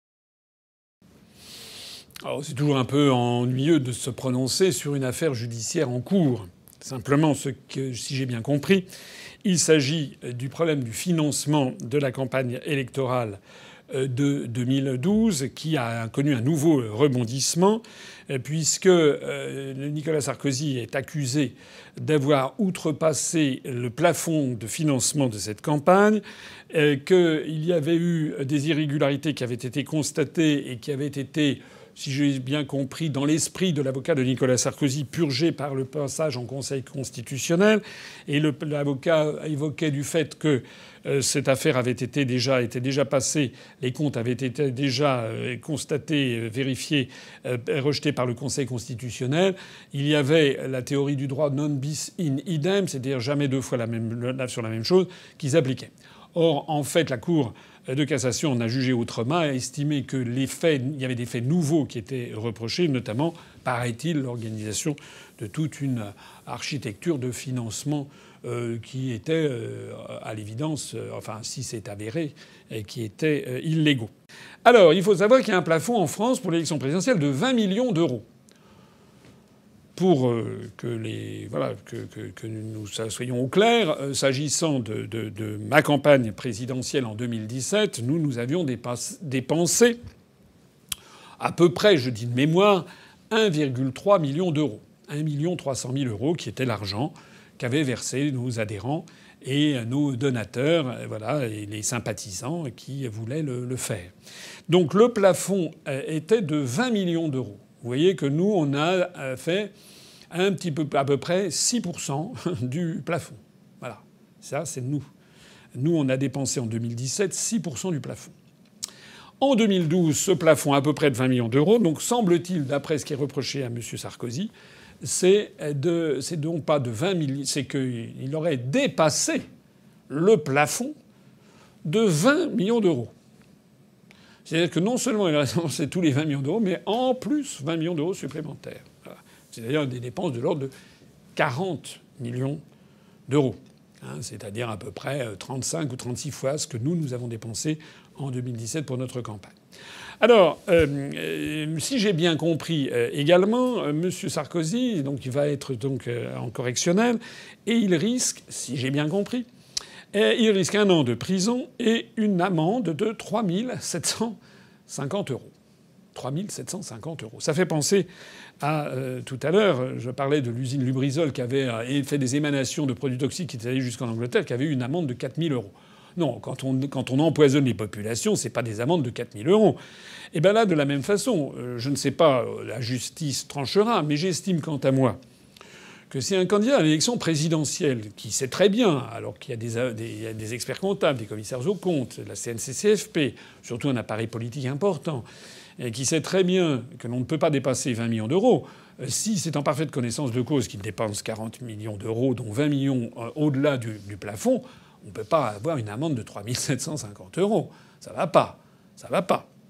[SPEAKER 2] Alors, c'est toujours un peu ennuyeux de se prononcer sur une affaire judiciaire en cours. Simplement, ce que, si j'ai bien compris, il s'agit du problème du financement de la campagne électorale de deux mille douze qui a connu un nouveau rebondissement puisque Nicolas Sarkozy est accusé d'avoir outrepassé le plafond de financement de cette campagne, qu'il y avait eu des irrégularités qui avaient été constatées et qui avaient été, si j'ai bien compris, dans l'esprit de l'avocat de Nicolas Sarkozy, purgé par le passage en Conseil constitutionnel. Et le, l'avocat évoquait du fait que euh, cette affaire avait été déjà, était déjà passée, les comptes avaient été déjà euh, constatés, euh, vérifiés, euh, rejetés par le Conseil constitutionnel. Il y avait la théorie du droit non bis in idem, c'est-à-dire jamais deux fois la même, sur la même chose, qui s'appliquait. Or, en fait, la Cour de cassation en a jugé autrement, a estimé que les faits, il y avait des faits nouveaux qui étaient reprochés, notamment, paraît-il, l'organisation de toute une architecture de financement euh, qui était, euh, à l'évidence, euh, enfin si c'est avéré, euh, qui étaient euh, illégaux. Alors, il faut savoir qu'il y a un plafond en France pour l'élection présidentielle de vingt millions d'euros. Pour euh, que, les, voilà, que, que, que nous soyons au clair, euh, s'agissant de, de, de ma campagne présidentielle en deux mille dix-sept, nous, nous avions dépensé à peu près, je dis de mémoire, un virgule trois million d'euros. un million trois cent mille euros qui était l'argent qu'avaient versé nos adhérents et nos donateurs, voilà, et les sympathisants qui voulaient le, le faire. Donc le plafond était de vingt millions d'euros. Vous voyez que nous, on a fait un petit peu, à peu près six pour cent du plafond. Voilà. Ça, c'est nous. Nous, on a dépensé en deux mille dix-sept six pour cent du plafond. En deux mille douze, ce plafond à peu près de vingt millions d'euros. Donc, semble-t-il, d'après ce qui est reproché à M. Sarkozy, c'est de, c'est donc pas de vingt millions, c'est qu'il aurait dépassé le plafond de vingt millions d'euros. C'est-à-dire que non seulement il a dépensé tous les vingt millions d'euros, mais en plus vingt millions d'euros supplémentaires. Voilà. C'est d'ailleurs des dépenses de l'ordre de quarante millions d'euros. Hein, c'est-à-dire à peu près trente-cinq ou trente-six fois ce que nous, nous avons dépensé en deux mille dix-sept pour notre campagne. Alors, euh, euh, si j'ai bien compris euh, également, euh, M. Sarkozy, donc, il va être donc euh, en correctionnel, et il risque, si j'ai bien compris, et il risque un an de prison et une amende de trois mille sept cent cinquante euros. trois mille sept cent cinquante euros. Ça fait penser à... Euh, tout à l'heure, je parlais de l'usine Lubrizol qui avait euh, fait des émanations de produits toxiques qui étaient allés jusqu'en Angleterre, qui avait eu une amende de quatre mille euros. Non, quand on, quand on empoisonne les populations, c'est pas des amendes de quatre mille euros. Et bien là, de la même façon, euh, je ne sais pas, la justice tranchera, mais j'estime quant à moi que si un candidat à l'élection présidentielle, qui sait très bien, alors qu'il y a des, des, il y a des experts comptables, des commissaires aux comptes, la C N C C F P, surtout un appareil politique important, et qui sait très bien que l'on ne peut pas dépasser vingt millions d'euros, si c'est en parfaite connaissance de cause qu'il dépense quarante millions d'euros, dont vingt millions euh, au-delà du, du plafond, on ne peut pas avoir une amende de trois mille sept cent cinquante euros. Ça va pas. Ça va pas.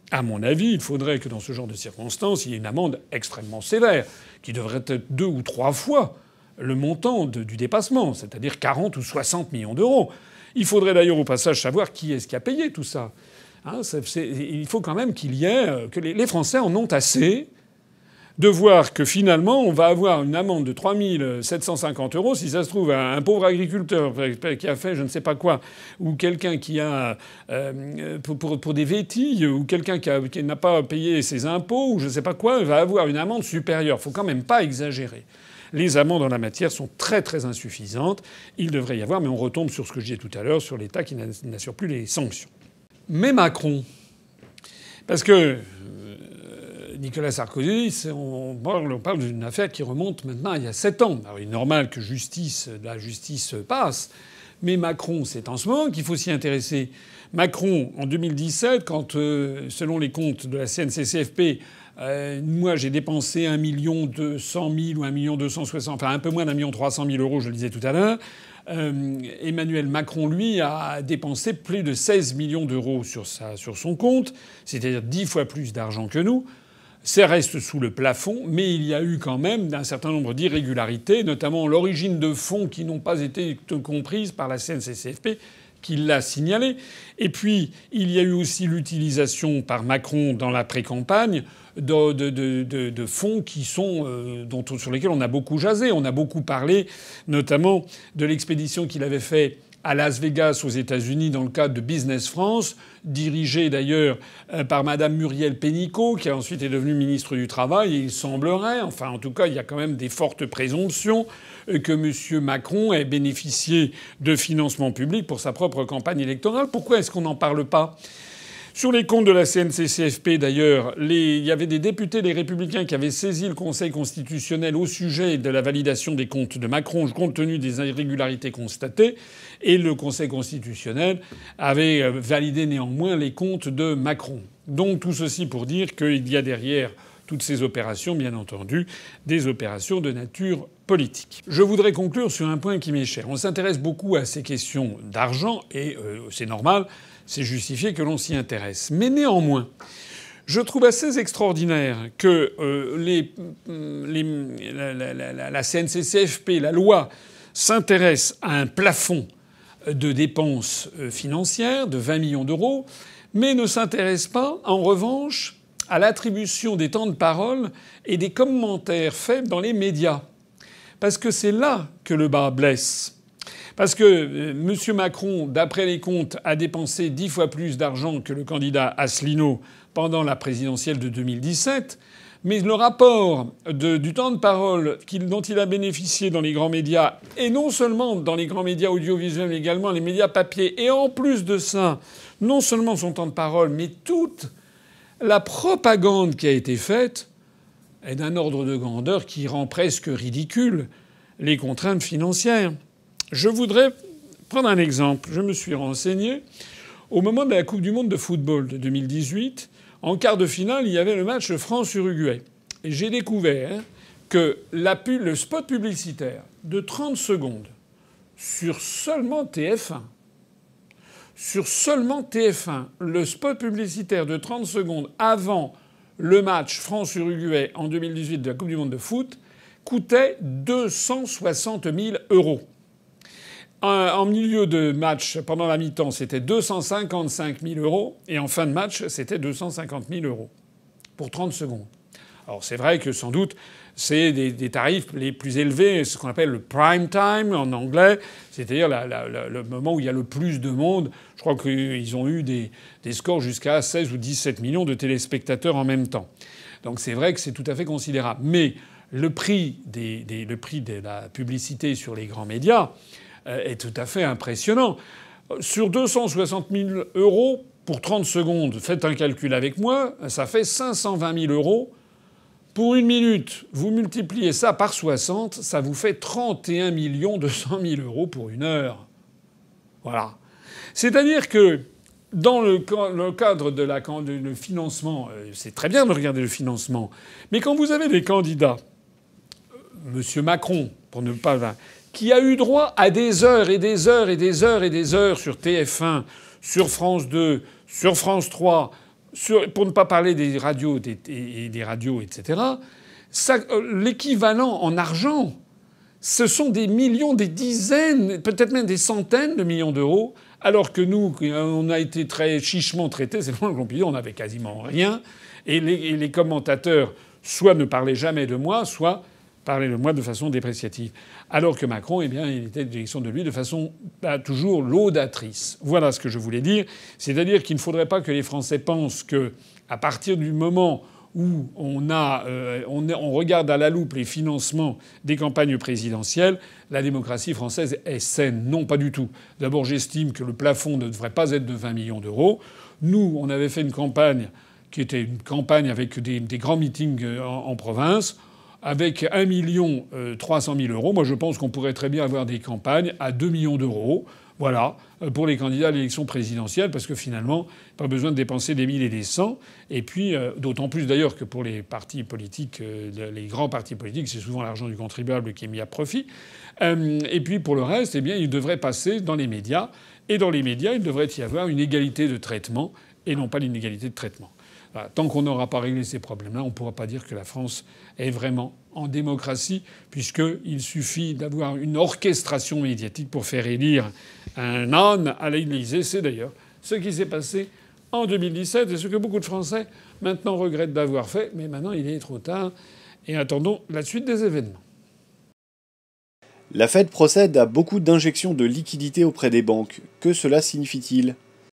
[SPEAKER 2] à mon avis, il faudrait que dans ce genre de circonstances, il y ait une amende extrêmement sévère, qui devrait être deux ou trois fois le montant de, du dépassement, c'est-à-dire quarante ou soixante millions d'euros. Il faudrait d'ailleurs au passage savoir qui est-ce qui a payé tout ça. Hein, c'est, c'est, il faut quand même qu'il y ait... que les, les Français en ont assez de voir que finalement on va avoir une amende de trois mille sept cent cinquante euros si ça se trouve un, un pauvre agriculteur qui a fait je ne sais pas quoi, ou quelqu'un qui a euh, pour, pour, pour des vétilles, ou quelqu'un qui, a, qui n'a pas payé ses impôts, ou je ne sais pas quoi, va avoir une amende supérieure. Faut quand même pas exagérer. Les amendes en la matière sont très très insuffisantes. Il devrait y avoir, mais on retombe sur ce que je disais tout à l'heure, sur l'État qui n'assure plus les sanctions. Mais Macron, parce que Nicolas Sarkozy, on parle, on parle d'une affaire qui remonte maintenant il y a sept ans. Alors il est normal que justice, la justice passe, mais Macron, c'est en ce moment qu'il faut s'y intéresser. Macron, en deux mille dix-sept, quand, euh, selon les comptes de la C N C C F P, euh, moi j'ai dépensé un million deux cent mille ou un million deux cent soixante, enfin un peu moins d'un million trois cent mille euros, je le disais tout à l'heure. Euh, Emmanuel Macron, lui, a dépensé plus de seize millions d'euros sur, sa, sur son compte, c'est-à-dire dix fois plus d'argent que nous. Ça reste sous le plafond, mais il y a eu quand même un certain nombre d'irrégularités, notamment l'origine de fonds qui n'ont pas été comprises par la C N C C F P, qui l'a signalé. Et puis, il y a eu aussi l'utilisation par Macron dans la pré-campagne de, de, de, de, de fonds qui sont, euh, dont, sur lesquels on a beaucoup jasé. On a beaucoup parlé, notamment de l'expédition qu'il avait fait à Las Vegas, aux États-Unis, dans le cadre de Business France, dirigé d'ailleurs par Madame Muriel Pénicaud, qui ensuite est devenue ministre du Travail. Et il semblerait, enfin en tout cas, il y a quand même des fortes présomptions que M. Macron ait bénéficié de financements publics pour sa propre campagne électorale. Pourquoi est-ce qu'on n'en parle pas ? Sur les comptes de la C N C C F P, d'ailleurs, les... il y avait des députés des Républicains qui avaient saisi le Conseil constitutionnel au sujet de la validation des comptes de Macron, compte tenu des irrégularités constatées. Et le Conseil constitutionnel avait validé néanmoins les comptes de Macron. Donc tout ceci pour dire qu'il y a derrière toutes ces opérations, bien entendu, des opérations de nature politique. Je voudrais conclure sur un point qui m'est cher. On s'intéresse beaucoup à ces questions d'argent et euh, c'est normal, c'est justifié que l'on s'y intéresse. Mais néanmoins, je trouve assez extraordinaire que euh, les, les, la, la, la, la C N C C F P, la loi, s'intéresse à un plafond de dépenses financières de vingt millions d'euros, mais ne s'intéresse pas, en revanche, à l'attribution des temps de parole et des commentaires faits dans les médias. Parce que c'est là que le bas blesse. Parce que euh, M. Macron, d'après les comptes, a dépensé dix fois plus d'argent que le candidat Asselineau pendant la présidentielle de deux mille dix-sept. Mais le rapport de, du temps de parole qu'il, dont il a bénéficié dans les grands médias, et non seulement dans les grands médias audiovisuels, mais également les médias papier, et en plus de ça, non seulement son temps de parole, mais toute la propagande qui a été faite, est d'un ordre de grandeur qui rend presque ridicule les contraintes financières. Je voudrais prendre un exemple. Je me suis renseigné. Au moment de la Coupe du monde de football de deux mille dix-huit, en quart de finale, il y avait le match France-Uruguay. Et j'ai découvert que la pub, le spot publicitaire de trente secondes sur seulement T F un, sur seulement T F un, le spot publicitaire de trente secondes avant le match France-Uruguay en deux mille dix-huit de la Coupe du monde de foot coûtait deux cent soixante mille euros. En milieu de match, pendant la mi-temps, c'était deux cent cinquante-cinq mille euros. Et en fin de match, c'était deux cent cinquante mille euros. Pour trente secondes. Alors c'est vrai que sans doute, c'est des, des tarifs les plus élevés, ce qu'on appelle le prime time en anglais, c'est-à-dire la, la, la, le moment où il y a le plus de monde. Je crois qu'ils ont eu des, des scores jusqu'à seize ou dix-sept millions de téléspectateurs en même temps. Donc c'est vrai que c'est tout à fait considérable. Mais le prix, des, des, le prix de la publicité sur les grands médias est tout à fait impressionnant. Sur deux cent soixante mille euros pour trente secondes, faites un calcul avec moi, ça fait cinq cent vingt mille euros. Pour une minute, vous multipliez ça par soixante, ça vous fait trente et un millions deux cent mille euros pour une heure. Voilà. C'est-à-dire que dans le, le cadre de la, de, le financement, c'est très bien de regarder le financement, mais quand vous avez des candidats, M. Macron, pour ne pas... qui a eu droit à des heures et des heures et des heures et des heures sur T F un, sur France deux, sur France trois, sur, pour ne pas parler des radios des, et des radios, et cetera, ça, l'équivalent en argent, ce sont des millions, des dizaines, peut-être même des centaines de millions d'euros, alors que nous, on a été très chichement traités, c'est vraiment compliqué, on n'avait quasiment rien, et les, et les commentateurs soit ne parlaient jamais de moi, soit parlaient de moi de façon dépréciative. Alors que Macron, eh bien, il était de direction de lui de façon bah, toujours laudatrice. Voilà ce que je voulais dire. C'est-à-dire qu'il ne faudrait pas que les Français pensent que, à partir du moment où on, a, euh, on, on regarde à la loupe les financements des campagnes présidentielles, la démocratie française est saine. Non, pas du tout. D'abord, j'estime que le plafond ne devrait pas être de vingt millions d'euros. Nous, on avait fait une campagne qui était une campagne avec des, des grands meetings en, en province, avec un million trois cent mille euros. Moi, je pense qu'on pourrait très bien avoir des campagnes à deux millions d'euros. Voilà, pour les candidats à l'élection présidentielle, parce que finalement, pas besoin de dépenser des mille et des cents. Et puis, euh, d'autant plus d'ailleurs que pour les partis politiques, euh, les grands partis politiques, c'est souvent l'argent du contribuable qui est mis à profit. Euh, et puis, pour le reste, eh bien, il devrait passer dans les médias. Et dans les médias, il devrait y avoir une égalité de traitement et non pas l'inégalité de traitement. Voilà. Tant qu'on n'aura pas réglé ces problèmes-là, on ne pourra pas dire que la France est vraiment en démocratie, puisqu'il suffit d'avoir une orchestration médiatique pour faire élire un âne à l'Élysée. C'est d'ailleurs ce qui s'est passé en deux mille dix-sept et ce que beaucoup de Français maintenant regrettent d'avoir fait. Mais maintenant, il est trop tard et attendons la suite des événements.
[SPEAKER 1] La Fed procède à beaucoup d'injections de liquidités auprès des banques. Que cela signifie-t-il ?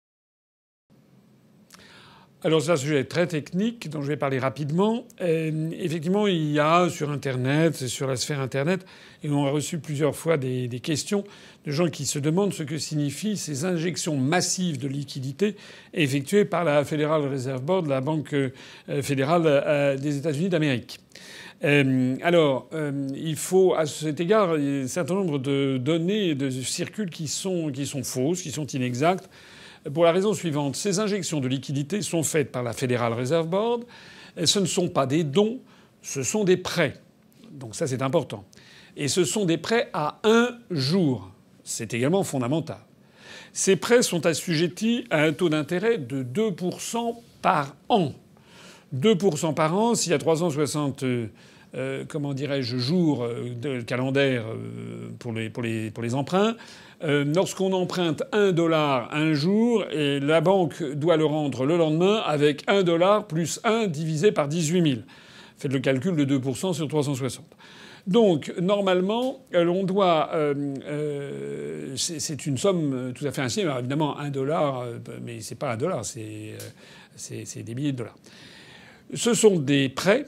[SPEAKER 2] Alors c'est un sujet très technique dont je vais parler rapidement. Euh, effectivement, il y a sur Internet, sur la sphère Internet, et on a reçu plusieurs fois des, des questions de gens qui se demandent ce que signifient ces injections massives de liquidités effectuées par la Federal Reserve Board, la Banque fédérale euh, des États-Unis d'Amérique. Euh, alors, euh, il faut, à cet égard, il y a un certain nombre de données de circulent qui sont, qui sont fausses, qui sont inexactes. Pour la raison suivante, ces injections de liquidités sont faites par la Federal Reserve Board. Et ce ne sont pas des dons, ce sont des prêts. Donc ça, c'est important. Et ce sont des prêts à un jour. C'est également fondamental. Ces prêts sont assujettis à un taux d'intérêt de deux pour cent par an. deux pour cent par an, s'il y a trois cent soixante euh, euh, comment dirais-je, jours de calendaire euh, pour, les, pour, les, pour les emprunts. Euh, lorsqu'on emprunte un dollar un jour, et la banque doit le rendre le lendemain avec un dollar plus un divisé par dix-huit mille. Faites le calcul de deux pour cent sur trois cent soixante. Donc, normalement, on doit... Euh, euh, c'est une somme tout à fait ainsi. Alors, évidemment, un dollar, mais c'est pas un dollar, c'est des milliers de dollars. Ce sont des prêts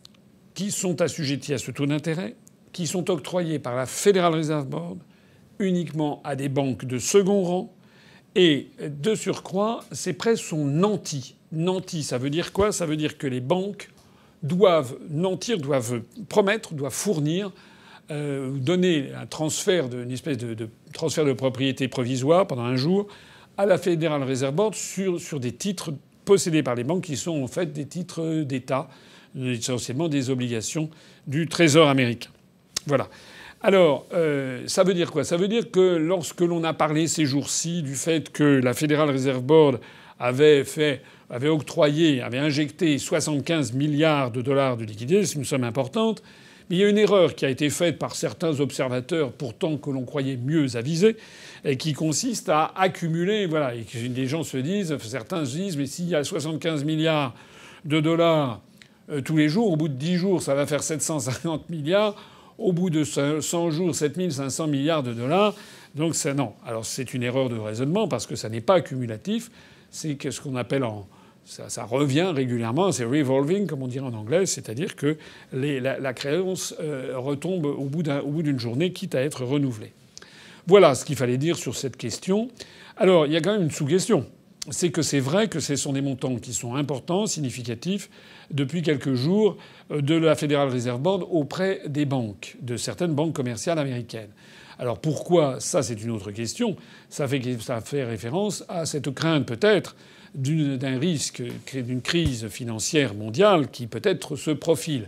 [SPEAKER 2] qui sont assujettis à ce taux d'intérêt, qui sont octroyés par la Federal Reserve Board uniquement à des banques de second rang. Et de surcroît, ces prêts sont nantis. Nantis, ça veut dire quoi? Ça veut dire que les banques doivent nantir, doivent promettre, doivent fournir, euh, donner un transfert, de, une espèce de, de transfert de propriété provisoire pendant un jour à la Federal Reserve Board sur, sur des titres possédés par les banques qui sont en fait des titres d'État, essentiellement des obligations du Trésor américain. Voilà. Alors, euh, ça veut dire quoi? Ça veut dire que lorsque l'on a parlé ces jours-ci du fait que la Federal Reserve Board avait fait, avait octroyé, avait injecté soixante-quinze milliards de dollars de liquidités, c'est une somme importante, mais il y a une erreur qui a été faite par certains observateurs, pourtant que l'on croyait mieux avisés, et qui consiste à accumuler, voilà, et que les gens se disent, certains se disent, mais s'il y a soixante-quinze milliards de dollars euh, tous les jours, au bout de dix jours, ça va faire sept cent cinquante milliards. Au bout de cent jours, sept mille cinq cents milliards de dollars. Donc ça, non. Alors c'est une erreur de raisonnement parce que ça n'est pas accumulatif. C'est ce qu'on appelle en... Ça, ça revient régulièrement. C'est revolving, comme on dirait en anglais. C'est-à-dire que les, la, la créance euh, retombe au bout d'une journée, quitte à être renouvelée. Voilà ce qu'il fallait dire sur cette question. Alors il y a quand même une sous-question. C'est que c'est vrai que ce sont des montants qui sont importants, significatifs, depuis quelques jours de la Federal Reserve Board auprès des banques, de certaines banques commerciales américaines. Alors pourquoi? Ça, c'est une autre question. Ça fait, ça fait référence à cette crainte peut-être d'un risque, d'une crise financière mondiale qui peut-être se profile.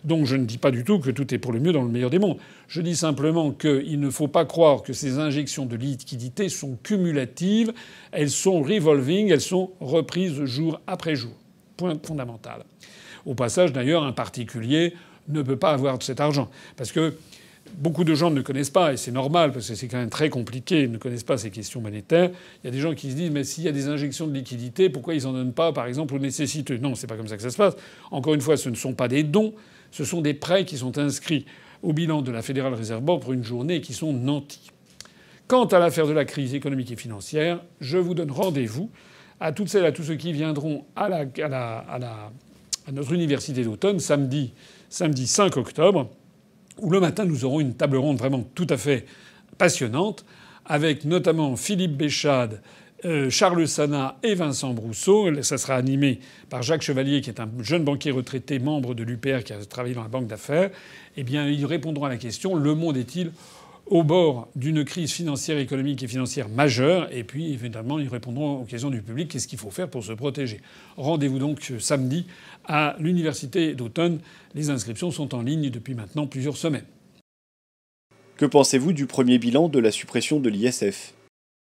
[SPEAKER 2] Donc je ne dis pas du tout que tout est pour le mieux dans le meilleur des mondes. Je dis simplement qu'il ne faut pas croire que ces injections de liquidités sont cumulatives. Elles sont revolving, elles sont reprises jour après jour. Point fondamental. Au passage, d'ailleurs, un particulier ne peut pas avoir de cet argent. Parce que beaucoup de gens ne connaissent pas, et c'est normal, parce que c'est quand même très compliqué, ils ne connaissent pas ces questions monétaires. Il y a des gens qui se disent, mais s'il y a des injections de liquidités, pourquoi ils n'en donnent pas, par exemple, aux nécessiteux? Non, c'est pas comme ça que ça se passe. Encore une fois, ce ne sont pas des dons, ce sont des prêts qui sont inscrits au bilan de la Federal Reserve Board pour une journée et qui sont nantis. Quant à l'affaire de la crise économique et financière, je vous donne rendez-vous à toutes celles et à tous ceux qui viendront à, la, à, la, à, la, à notre université d'automne, samedi, samedi cinq octobre, où le matin, nous aurons une table ronde vraiment tout à fait passionnante, avec notamment Philippe Béchade, euh, Charles Sana et Vincent Brousseau. Ça sera animé par Jacques Chevalier, qui est un jeune banquier retraité, membre de l'U P R, qui a travaillé dans la banque d'affaires. Eh bien, ils répondront à la question: le monde est-il au bord d'une crise financière, économique et financière majeure? Et puis, évidemment, ils répondront aux questions du public: qu'est-ce qu'il faut faire pour se protéger? Rendez-vous donc samedi à l'université d'automne. Les inscriptions sont en ligne depuis maintenant plusieurs semaines.
[SPEAKER 1] Que pensez-vous du premier bilan de la suppression de l'I S F?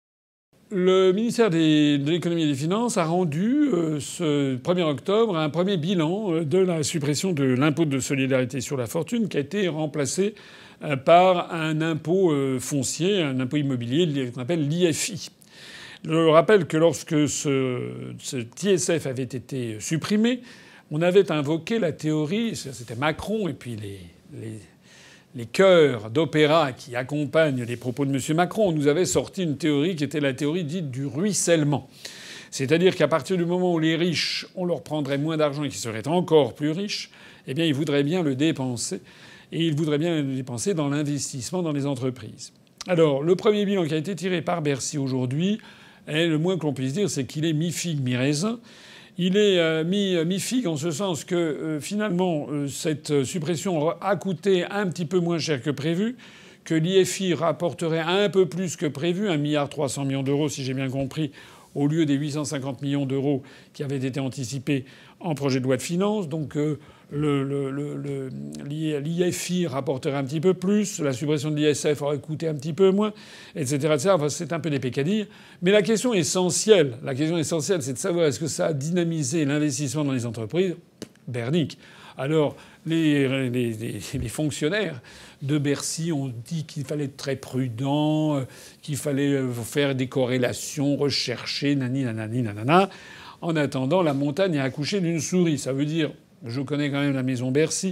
[SPEAKER 2] Le ministère des, de l'économie et des finances a rendu euh, ce premier octobre un premier bilan euh, de la suppression de l'impôt de solidarité sur la fortune, qui a été remplacé euh, par un impôt euh, foncier, un impôt immobilier qu'on appelle l'I F I. Je rappelle que lorsque ce, cet I S F avait été supprimé, on avait invoqué la théorie, c'était Macron et puis les, les, les chœurs d'opéra qui accompagnent les propos de M. Macron, on nous avait sorti une théorie qui était la théorie dite du ruissellement. C'est-à-dire qu'à partir du moment où les riches, on leur prendrait moins d'argent et qu'ils seraient encore plus riches, eh bien ils voudraient bien le dépenser. Et ils voudraient bien le dépenser dans l'investissement dans les entreprises. Alors, le premier bilan qui a été tiré par Bercy aujourd'hui, et le moins que l'on puisse dire, c'est qu'il est mi-figue, mi-raisin. Il est euh, mi-figue en ce sens que euh, finalement euh, cette suppression a coûté un petit peu moins cher que prévu, que l'I F I rapporterait un peu plus que prévu, un milliard trois cents millions d'euros si j'ai bien compris, au lieu des huit cent cinquante millions d'euros qui avaient été anticipés en projet de loi de finances. Donc euh, le, le, le, le, l'I F I rapporterait un petit peu plus, la suppression de l'I S F aurait coûté un petit peu moins, et cetera, et cetera. Enfin, c'est un peu des pécadilles. Mais la question essentielle, la question essentielle, c'est de savoir est-ce que ça a dynamisé l'investissement dans les entreprises? Bernic. Alors, les, les, les, les fonctionnaires de Bercy ont dit qu'il fallait être très prudent, qu'il fallait faire des corrélations, rechercher, nani, nanani, nanana. En attendant, la montagne a accouché d'une souris. Ça veut dire, je connais quand même la maison Bercy,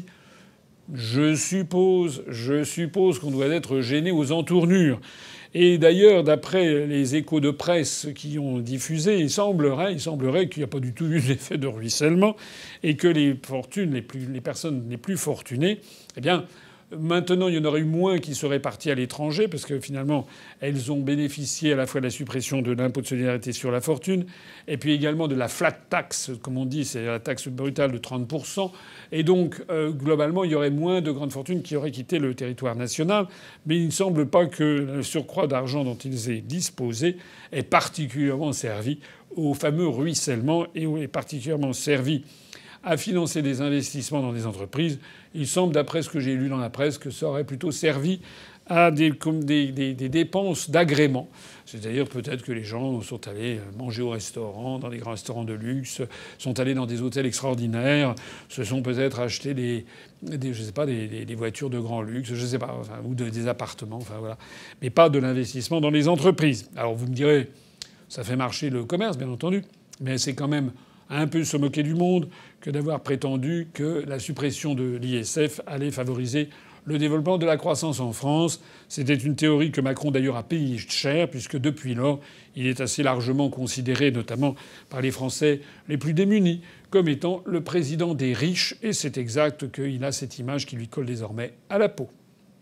[SPEAKER 2] je suppose, je suppose qu'on doit être gêné aux entournures. Et d'ailleurs, d'après les échos de presse qui ont diffusé, il semblerait, il semblerait qu'il n'y a pas du tout eu l'effet de ruissellement et que les fortunes, les, plus, les personnes les plus fortunées, eh bien, maintenant, il y en aurait eu moins qui seraient partis à l'étranger parce que finalement, elles ont bénéficié à la fois de la suppression de l'impôt de solidarité sur la fortune et puis également de la flat tax, comme on dit, c'est la taxe brutale de trente pour cent. Et donc, euh, globalement, il y aurait moins de grandes fortunes qui auraient quitté le territoire national. Mais il ne semble pas que le surcroît d'argent dont ils aient disposé ait particulièrement servi au fameux ruissellement et ait particulièrement servi à financer des investissements dans des entreprises. Il semble, d'après ce que j'ai lu dans la presse, que ça aurait plutôt servi à des, comme des, des, des dépenses d'agrément. C'est-à-dire peut-être que les gens sont allés manger au restaurant, dans des grands restaurants de luxe, sont allés dans des hôtels extraordinaires, se sont peut-être achetés des, des je sais pas, des, des, des voitures de grand luxe, je sais pas, enfin, ou de, des appartements, enfin voilà, mais pas de l'investissement dans les entreprises. Alors vous me direz, ça fait marcher le commerce, bien entendu, mais c'est quand même un peu se moquer du monde que d'avoir prétendu que la suppression de l'I S F allait favoriser le développement de la croissance en France. C'était une théorie que Macron d'ailleurs a payé cher, puisque depuis lors, il est assez largement considéré, notamment par les Français les plus démunis, comme étant le président des riches. Et c'est exact qu'il a cette image qui lui colle désormais à la peau.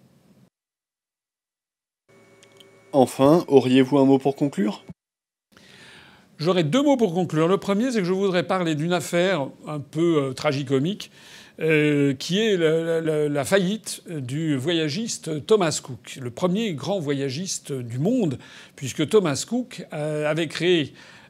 [SPEAKER 1] Enfin, auriez-vous un mot pour conclure ?
[SPEAKER 2] J'aurais deux mots pour conclure. Le premier, c'est que je voudrais parler d'une affaire un peu euh, tragicomique, euh, qui est la, la, la faillite du voyagiste Thomas Cook, le premier grand voyagiste du monde, puisque Thomas Cook euh, avait créé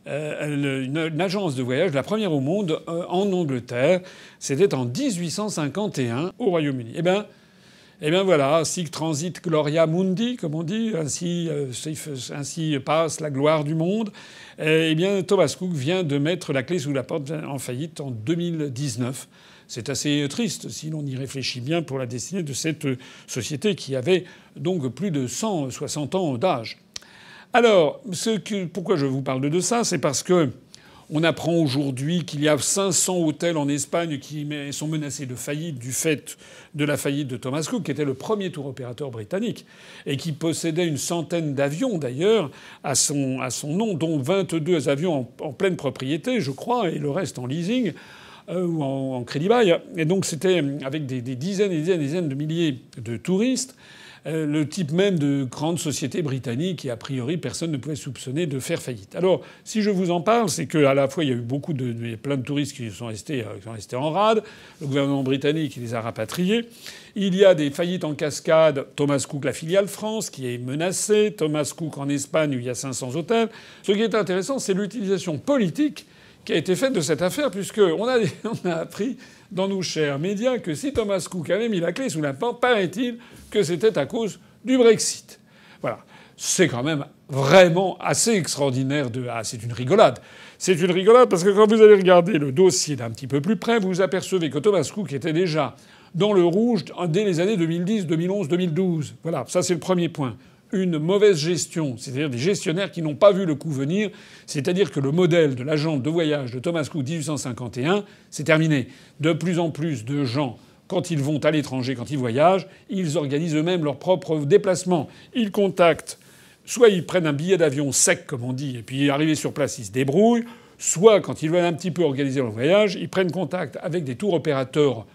[SPEAKER 2] euh, une, une agence de voyage, la première au monde, euh, en Angleterre. C'était en dix-huit cent cinquante et un au Royaume-Uni. Eh bien, eh bien voilà, sic transit gloria mundi, comme on dit, ainsi, euh, ainsi passe la gloire du monde. Eh bien, Thomas Cook vient de mettre la clé sous la porte en faillite en deux mille dix-neuf. C'est assez triste si l'on y réfléchit bien pour la destinée de cette société qui avait donc plus de cent soixante ans d'âge. Alors, ce que, pourquoi je vous parle de ça, c'est parce que on apprend aujourd'hui qu'il y a cinq cents hôtels en Espagne qui sont menacés de faillite du fait de la faillite de Thomas Cook, qui était le premier tour opérateur britannique et qui possédait une centaine d'avions d'ailleurs à son, à son nom, dont vingt-deux avions en, en pleine propriété, je crois, et le reste en leasing euh, ou en, en crédit bail. Et donc c'était avec des, des dizaines et des dizaines et des dizaines de milliers de touristes. Le type même de grande société britannique et a priori personne ne pouvait soupçonner de faire faillite. Alors si je vous en parle, c'est qu'à la fois il y a eu beaucoup de, il y a plein de touristes qui sont restés, qui sont restés en rade. Le gouvernement britannique les a rapatriés. Il y a des faillites en cascade. Thomas Cook, la filiale France, qui est menacée. Thomas Cook en Espagne où il y a cinq cents hôtels. Ce qui est intéressant, c'est l'utilisation politique qui a été faite de cette affaire, puisqu'on a, on a appris dans nos chers médias que si Thomas Cook avait mis la clé sous la porte, paraît-il que c'était à cause du Brexit. Voilà. C'est quand même vraiment assez extraordinaire de... Ah, c'est une rigolade. C'est une rigolade parce que quand vous allez regarder le dossier d'un petit peu plus près, vous vous apercevez que Thomas Cook était déjà dans le rouge dès les années deux mille dix, deux mille onze, deux mille douze. Voilà, ça c'est le premier point. Une mauvaise gestion, c'est-à-dire des gestionnaires qui n'ont pas vu le coup venir, c'est-à-dire que le modèle de l'agent de voyage de Thomas Cook dix-huit cent cinquante et un, c'est terminé. De plus en plus de gens, quand ils vont à l'étranger, quand ils voyagent, ils organisent eux-mêmes leurs propres déplacements. Ils contactent, soit ils prennent un billet d'avion sec, comme on dit, et puis arrivés sur place, ils se débrouillent, soit quand ils veulent un petit peu organiser leur voyage, ils prennent contact avec des tours opérateurs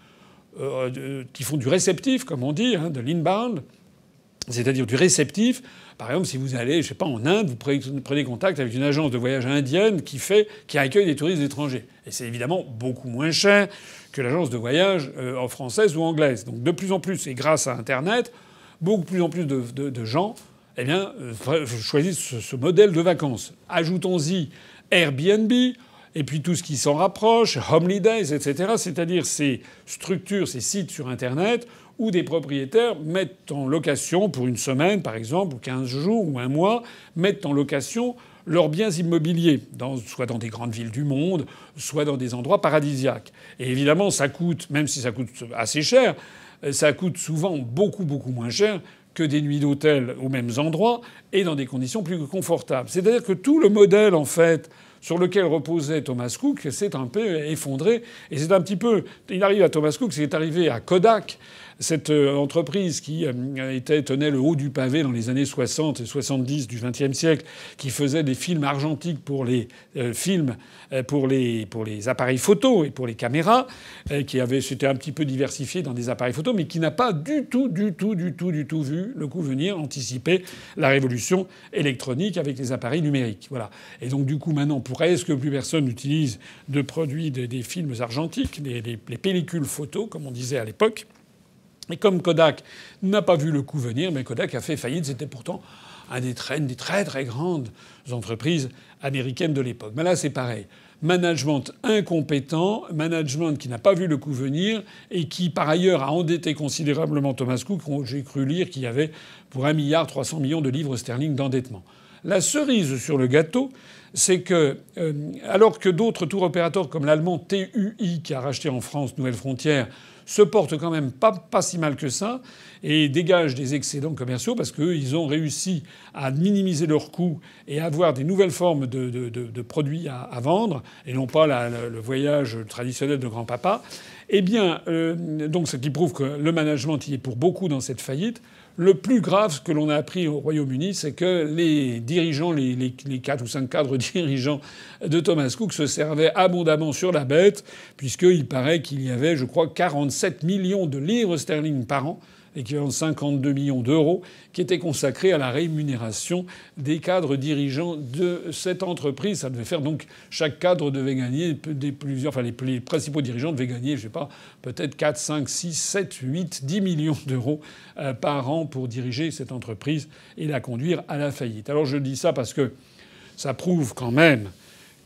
[SPEAKER 2] euh, qui font du réceptif, comme on dit, hein, de l'inbound, c'est-à-dire du réceptif. Par exemple, si vous allez, je sais pas, en Inde, vous prenez contact avec une agence de voyage indienne qui fait, qui accueille des touristes étrangers. Et c'est évidemment beaucoup moins cher que l'agence de voyage euh, française ou anglaise. Donc de plus en plus, et grâce à Internet, beaucoup plus en plus de, de, de gens, eh bien, euh, choisissent ce, ce modèle de vacances. Ajoutons-y Airbnb, et puis tout ce qui s'en rapproche, Holidays, et cetera. C'est-à-dire ces structures, ces sites sur Internet où des propriétaires mettent en location pour une semaine, par exemple, ou quinze jours, ou un mois, mettent en location leurs biens immobiliers, dans, soit dans des grandes villes du monde, soit dans des endroits paradisiaques. Et évidemment, ça coûte, même si ça coûte assez cher, ça coûte souvent beaucoup, beaucoup moins cher que des nuits d'hôtel aux mêmes endroits et dans des conditions plus confortables. C'est-à-dire que tout le modèle, en fait, sur lequel reposait Thomas Cook s'est un peu effondré. Et c'est un petit peu... Il arrive à Thomas Cook, c'est arrivé à Kodak, cette entreprise qui était, tenait le haut du pavé dans les années soixante et soixante-dix du vingtième siècle, qui faisait des films argentiques pour les euh, films, pour les, pour les appareils photos et pour les caméras, euh, qui avait, s'était un petit peu diversifié dans des appareils photos, mais qui n'a pas du tout, du tout, du tout, du tout vu le coup venir, anticiper la révolution électronique avec les appareils numériques. Voilà. Et donc du coup maintenant, pour presque plus personne n'utilise de produits des, des films argentiques, les, les, les pellicules photos, comme on disait à l'époque. Et comme Kodak n'a pas vu le coup venir, mais Kodak a fait faillite. C'était pourtant un des très, des très très grandes entreprises américaines de l'époque. Mais là, c'est pareil. Management incompétent, management qui n'a pas vu le coup venir et qui, par ailleurs, a endetté considérablement Thomas Cook. J'ai cru lire qu'il y avait pour un milliard trois cents millions de livres sterling d'endettement. La cerise sur le gâteau, c'est que, euh, alors que d'autres tours opérateurs comme l'allemand T U I, qui a racheté en France Nouvelles Frontières, se portent quand même pas, pas si mal que ça et dégagent des excédents commerciaux parce qu'ils ont réussi à minimiser leurs coûts et à avoir des nouvelles formes de, de, de, de produits à, à vendre et non pas la, la, le voyage traditionnel de grand-papa. Eh bien, euh, donc ce qui prouve que le management y est pour beaucoup dans cette faillite. Le plus grave, ce que l'on a appris au Royaume-Uni, c'est que les dirigeants, les, les, les quatre ou cinq cadres dirigeants de Thomas Cook se servaient abondamment sur la bête, puisqu'il paraît qu'il y avait, je crois, quarante-sept millions de livres sterling par an, équivalent de cinquante-deux millions d'euros, qui étaient consacrés à la rémunération des cadres dirigeants de cette entreprise. Ça devait faire donc chaque cadre devait gagner des plusieurs, enfin les, les principaux dirigeants devaient gagner, je sais pas, peut-être quatre, cinq, six, sept, huit, dix millions d'euros euh, par an pour diriger cette entreprise et la conduire à la faillite. Alors je dis ça parce que ça prouve quand même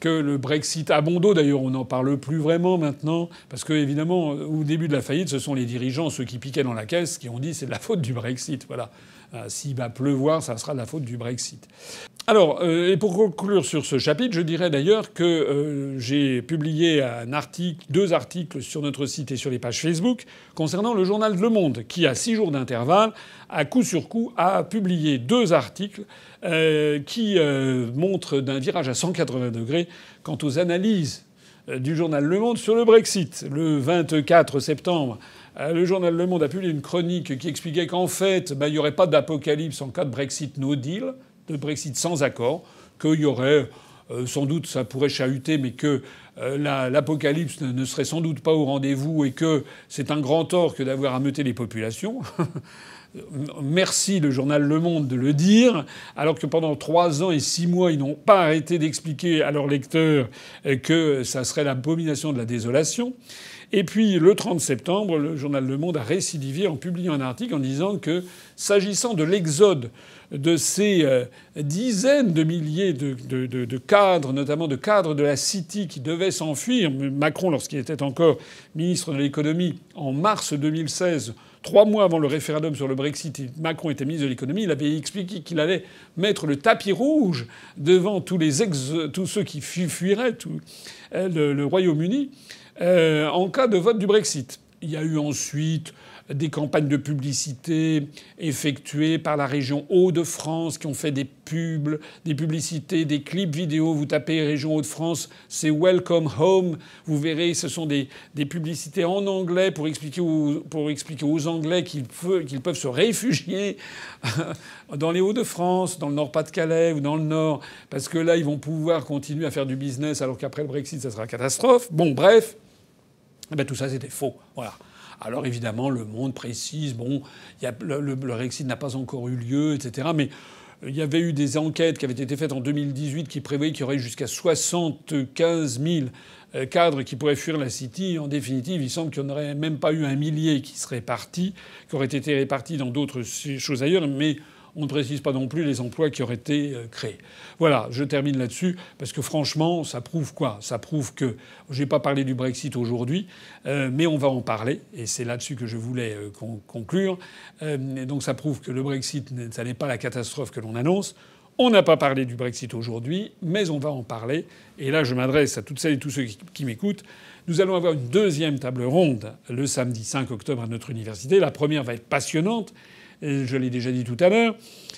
[SPEAKER 2] que le Brexit a bon dos. D'ailleurs, on n'en parle plus vraiment maintenant, parce que évidemment, au début de la faillite, ce sont les dirigeants, ceux qui piquaient dans la caisse, qui ont dit c'est de la faute du Brexit. Voilà. Euh, S'il va pleuvoir, ça sera de la faute du Brexit. Alors, euh, et pour conclure sur ce chapitre, je dirais d'ailleurs que euh, j'ai publié un article, deux articles sur notre site et sur les pages Facebook concernant le journal Le Monde, qui, à six jours d'intervalle, à coup sur coup, a publié deux articles euh, qui euh, montrent d'un virage à cent quatre-vingts degrés quant aux analyses euh, du journal Le Monde sur le Brexit. Le vingt-quatre septembre, euh, le journal Le Monde a publié une chronique qui expliquait qu'en fait, bah, il n'y aurait pas d'apocalypse en cas de Brexit no deal, de Brexit sans accord, qu'il y aurait euh, sans doute, ça pourrait chahuter, mais que euh, la, l'apocalypse ne, ne serait sans doute pas au rendez-vous et que c'est un grand tort que d'avoir ameuté les populations. Merci le journal Le Monde de le dire, alors que pendant trois ans et six mois, ils n'ont pas arrêté d'expliquer à leurs lecteurs que ça serait l'abomination de la désolation. Et puis, le trente septembre, le journal Le Monde a récidivé en publiant un article en disant que, s'agissant de l'exode de ces euh, dizaines de milliers de, de, de, de cadres, notamment de cadres de la City qui devaient s'enfuir, Macron, lorsqu'il était encore ministre de l'économie, en mars deux mille seize, trois mois avant le référendum sur le Brexit, Macron était ministre de l'économie, il avait expliqué qu'il allait mettre le tapis rouge devant tous, les ex, tous ceux qui fuiraient tout, euh, le, le Royaume-Uni euh, en cas de vote du Brexit. Il y a eu ensuite des campagnes de publicité effectuées par la région Hauts-de-France qui ont fait des pubs, des publicités, des clips vidéo. Vous tapez région Hauts-de-France, c'est Welcome Home. Vous verrez, ce sont des, des publicités en anglais pour expliquer aux, pour expliquer aux Anglais qu'ils peuvent, qu'ils peuvent se réfugier dans les Hauts-de-France, dans le Nord-Pas-de-Calais ou dans le Nord, parce que là, ils vont pouvoir continuer à faire du business alors qu'après le Brexit, ça sera catastrophe. Bon, bref, eh ben, tout ça, c'était faux. Voilà. Alors évidemment, Le Monde précise, bon, y a, le, le, le Brexit n'a pas encore eu lieu, et cetera. Mais il y avait eu des enquêtes qui avaient été faites en deux mille dix-huit qui prévoyaient qu'il y aurait jusqu'à soixante-quinze mille cadres qui pourraient fuir la City. En définitive, il semble qu'il n'y en aurait même pas eu un millier qui seraient partis, qui auraient été répartis dans d'autres choses ailleurs. Mais on ne précise pas non plus les emplois qui auraient été créés. Voilà, je termine là-dessus, parce que franchement, ça prouve quoi ? Ça prouve que... J'ai pas parlé du Brexit aujourd'hui, euh, mais on va en parler, et c'est là-dessus que je voulais euh, con- conclure. Euh, donc ça prouve que le Brexit, ça n'est pas la catastrophe que l'on annonce. On n'a pas parlé du Brexit aujourd'hui, mais on va en parler. Et là, je m'adresse à toutes celles et tous ceux qui, qui m'écoutent. Nous allons avoir une deuxième table ronde le samedi cinq octobre à notre université. La première va être passionnante. Je l'ai déjà dit tout à l'heure,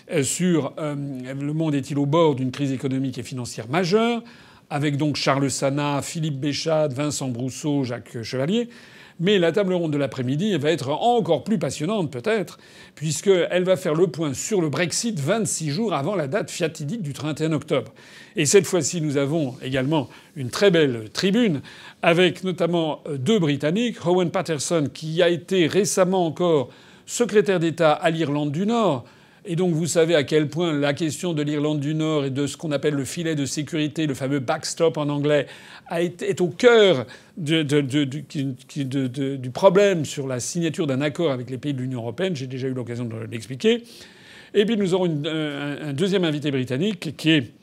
[SPEAKER 2] sur euh, le monde est-il au bord d'une crise économique et financière majeure, avec donc Charles Sana, Philippe Béchade, Vincent Brousseau, Jacques Chevalier. Mais la table ronde de l'après-midi va être encore plus passionnante peut-être, puisqu'elle va faire le point sur le Brexit vingt-six jours avant la date fatidique du trente et un octobre. Et cette fois-ci, nous avons également une très belle tribune, avec notamment deux Britanniques, Owen Paterson, qui a été récemment encore secrétaire d'État à l'Irlande du Nord. Et donc vous savez à quel point la question de l'Irlande du Nord et de ce qu'on appelle le filet de sécurité, le fameux backstop en anglais, a été, est au cœur de, de, de, de, de, du problème sur la signature d'un accord avec les pays de l'Union européenne. J'ai déjà eu l'occasion de l'expliquer. Et puis nous aurons une, un, un deuxième invité britannique qui est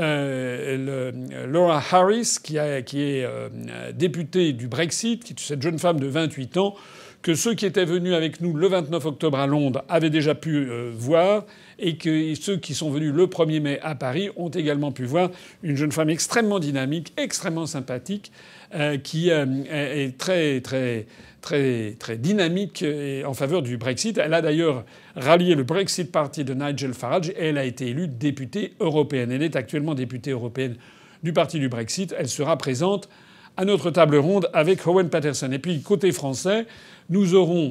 [SPEAKER 2] euh, le, Laura Harris, qui, a, qui est euh, députée du Brexit, qui est cette jeune femme de vingt-huit ans, que ceux qui étaient venus avec nous le vingt-neuf octobre à Londres avaient déjà pu euh, voir, et que ceux qui sont venus le premier mai à Paris ont également pu voir une jeune femme extrêmement dynamique, extrêmement sympathique, euh, qui euh, est très très très très dynamique en faveur du Brexit. Elle a d'ailleurs rallié le Brexit Party de Nigel Farage et elle a été élue députée européenne. Elle est actuellement députée européenne du parti du Brexit. Elle sera présente à notre table ronde avec Owen Paterson. Et puis côté français, nous aurons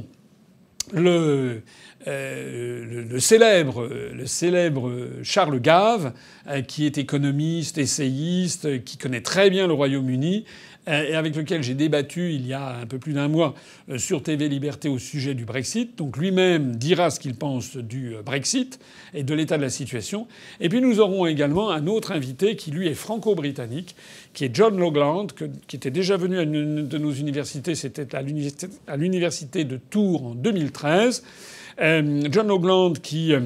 [SPEAKER 2] le, euh, le, le célèbre, le célèbre Charles Gave, euh, qui est économiste, essayiste, qui connaît très bien le Royaume-Uni, euh, et avec lequel j'ai débattu il y a un peu plus d'un mois euh, sur T V Liberté au sujet du Brexit. Donc lui-même dira ce qu'il pense du Brexit et de l'état de la situation. Et puis nous aurons également un autre invité qui lui est franco-britannique, qui est John Logland, que, qui était déjà venu à une de nos universités, c'était à l'université, à l'université de Tours en deux mille treize. Euh, John Logland qui euh,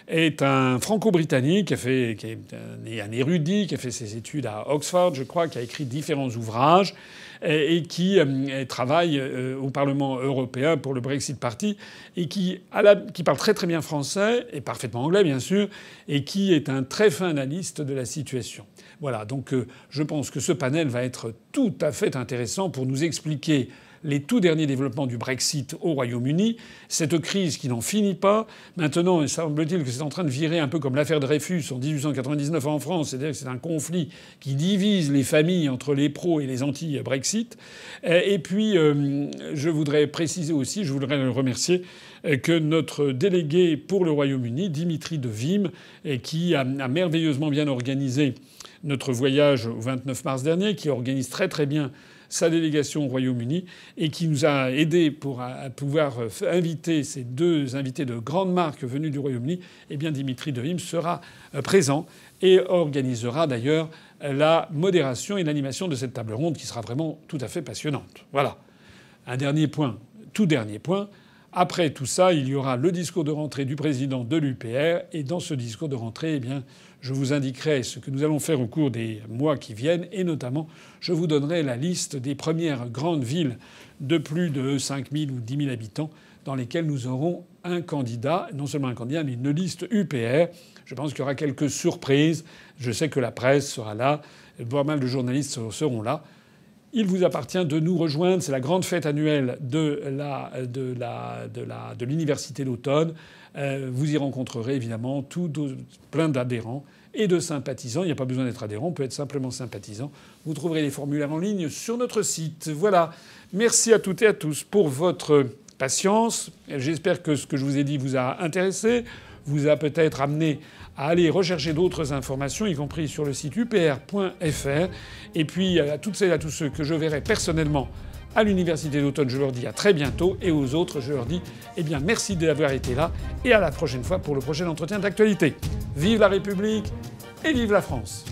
[SPEAKER 2] est un franco-britannique qui, a fait, qui est un érudit, qui a fait ses études à Oxford, je crois, qui a écrit différents ouvrages et qui euh, travaille euh, au Parlement européen pour le Brexit Party et qui, à la, qui parle très très bien français et parfaitement anglais bien sûr et qui est un très fin analyste de la situation. Voilà, donc euh, je pense que ce panel va être tout à fait intéressant pour nous expliquer les tout derniers développements du Brexit au Royaume-Uni, cette crise qui n'en finit pas. Maintenant, il semble-t-il que c'est en train de virer un peu comme l'affaire Dreyfus en dix-huit cent quatre-vingt-dix-neuf en France, c'est-à-dire que c'est un conflit qui divise les familles entre les pros et les anti-Brexit. Et puis, je voudrais préciser aussi, je voudrais le remercier, que notre délégué pour le Royaume-Uni, Dimitri de Vim, qui a merveilleusement bien organisé notre voyage au vingt-neuf mars dernier, qui organise très très bien sa délégation au Royaume-Uni et qui nous a aidés pour pouvoir inviter ces deux invités de grandes marques venus du Royaume-Uni, eh bien Dimitri de Vim sera présent et organisera d'ailleurs la modération et l'animation de cette table ronde qui sera vraiment tout à fait passionnante. Voilà. Un dernier point, tout dernier point. Après tout ça, il y aura le discours de rentrée du président de l'U P R et dans ce discours de rentrée, eh bien, je vous indiquerai ce que nous allons faire au cours des mois qui viennent et notamment je vous donnerai la liste des premières grandes villes de plus de cinq mille ou dix mille habitants dans lesquelles nous aurons un candidat, non seulement un candidat, mais une liste U P R. Je pense qu'il y aura quelques surprises. Je sais que la presse sera là, pas mal de journalistes seront là. Il vous appartient de nous rejoindre. C'est la grande fête annuelle de la, de la, de la, de l'université d'automne. Euh, vous y rencontrerez évidemment tout, tout, plein d'adhérents et de sympathisants. Il n'y a pas besoin d'être adhérent, on peut être simplement sympathisant. Vous trouverez les formulaires en ligne sur notre site. Voilà. Merci à toutes et à tous pour votre patience. J'espère que ce que je vous ai dit vous a intéressé, vous a peut-être amené à aller rechercher d'autres informations, y compris sur le site u p r point f r. Et puis à toutes celles et à tous ceux que je verrai personnellement à l'université d'automne, je leur dis à très bientôt. Et aux autres, je leur dis eh bien merci d'avoir été là et à la prochaine fois pour le prochain entretien d'actualité. Vive la République et vive la France!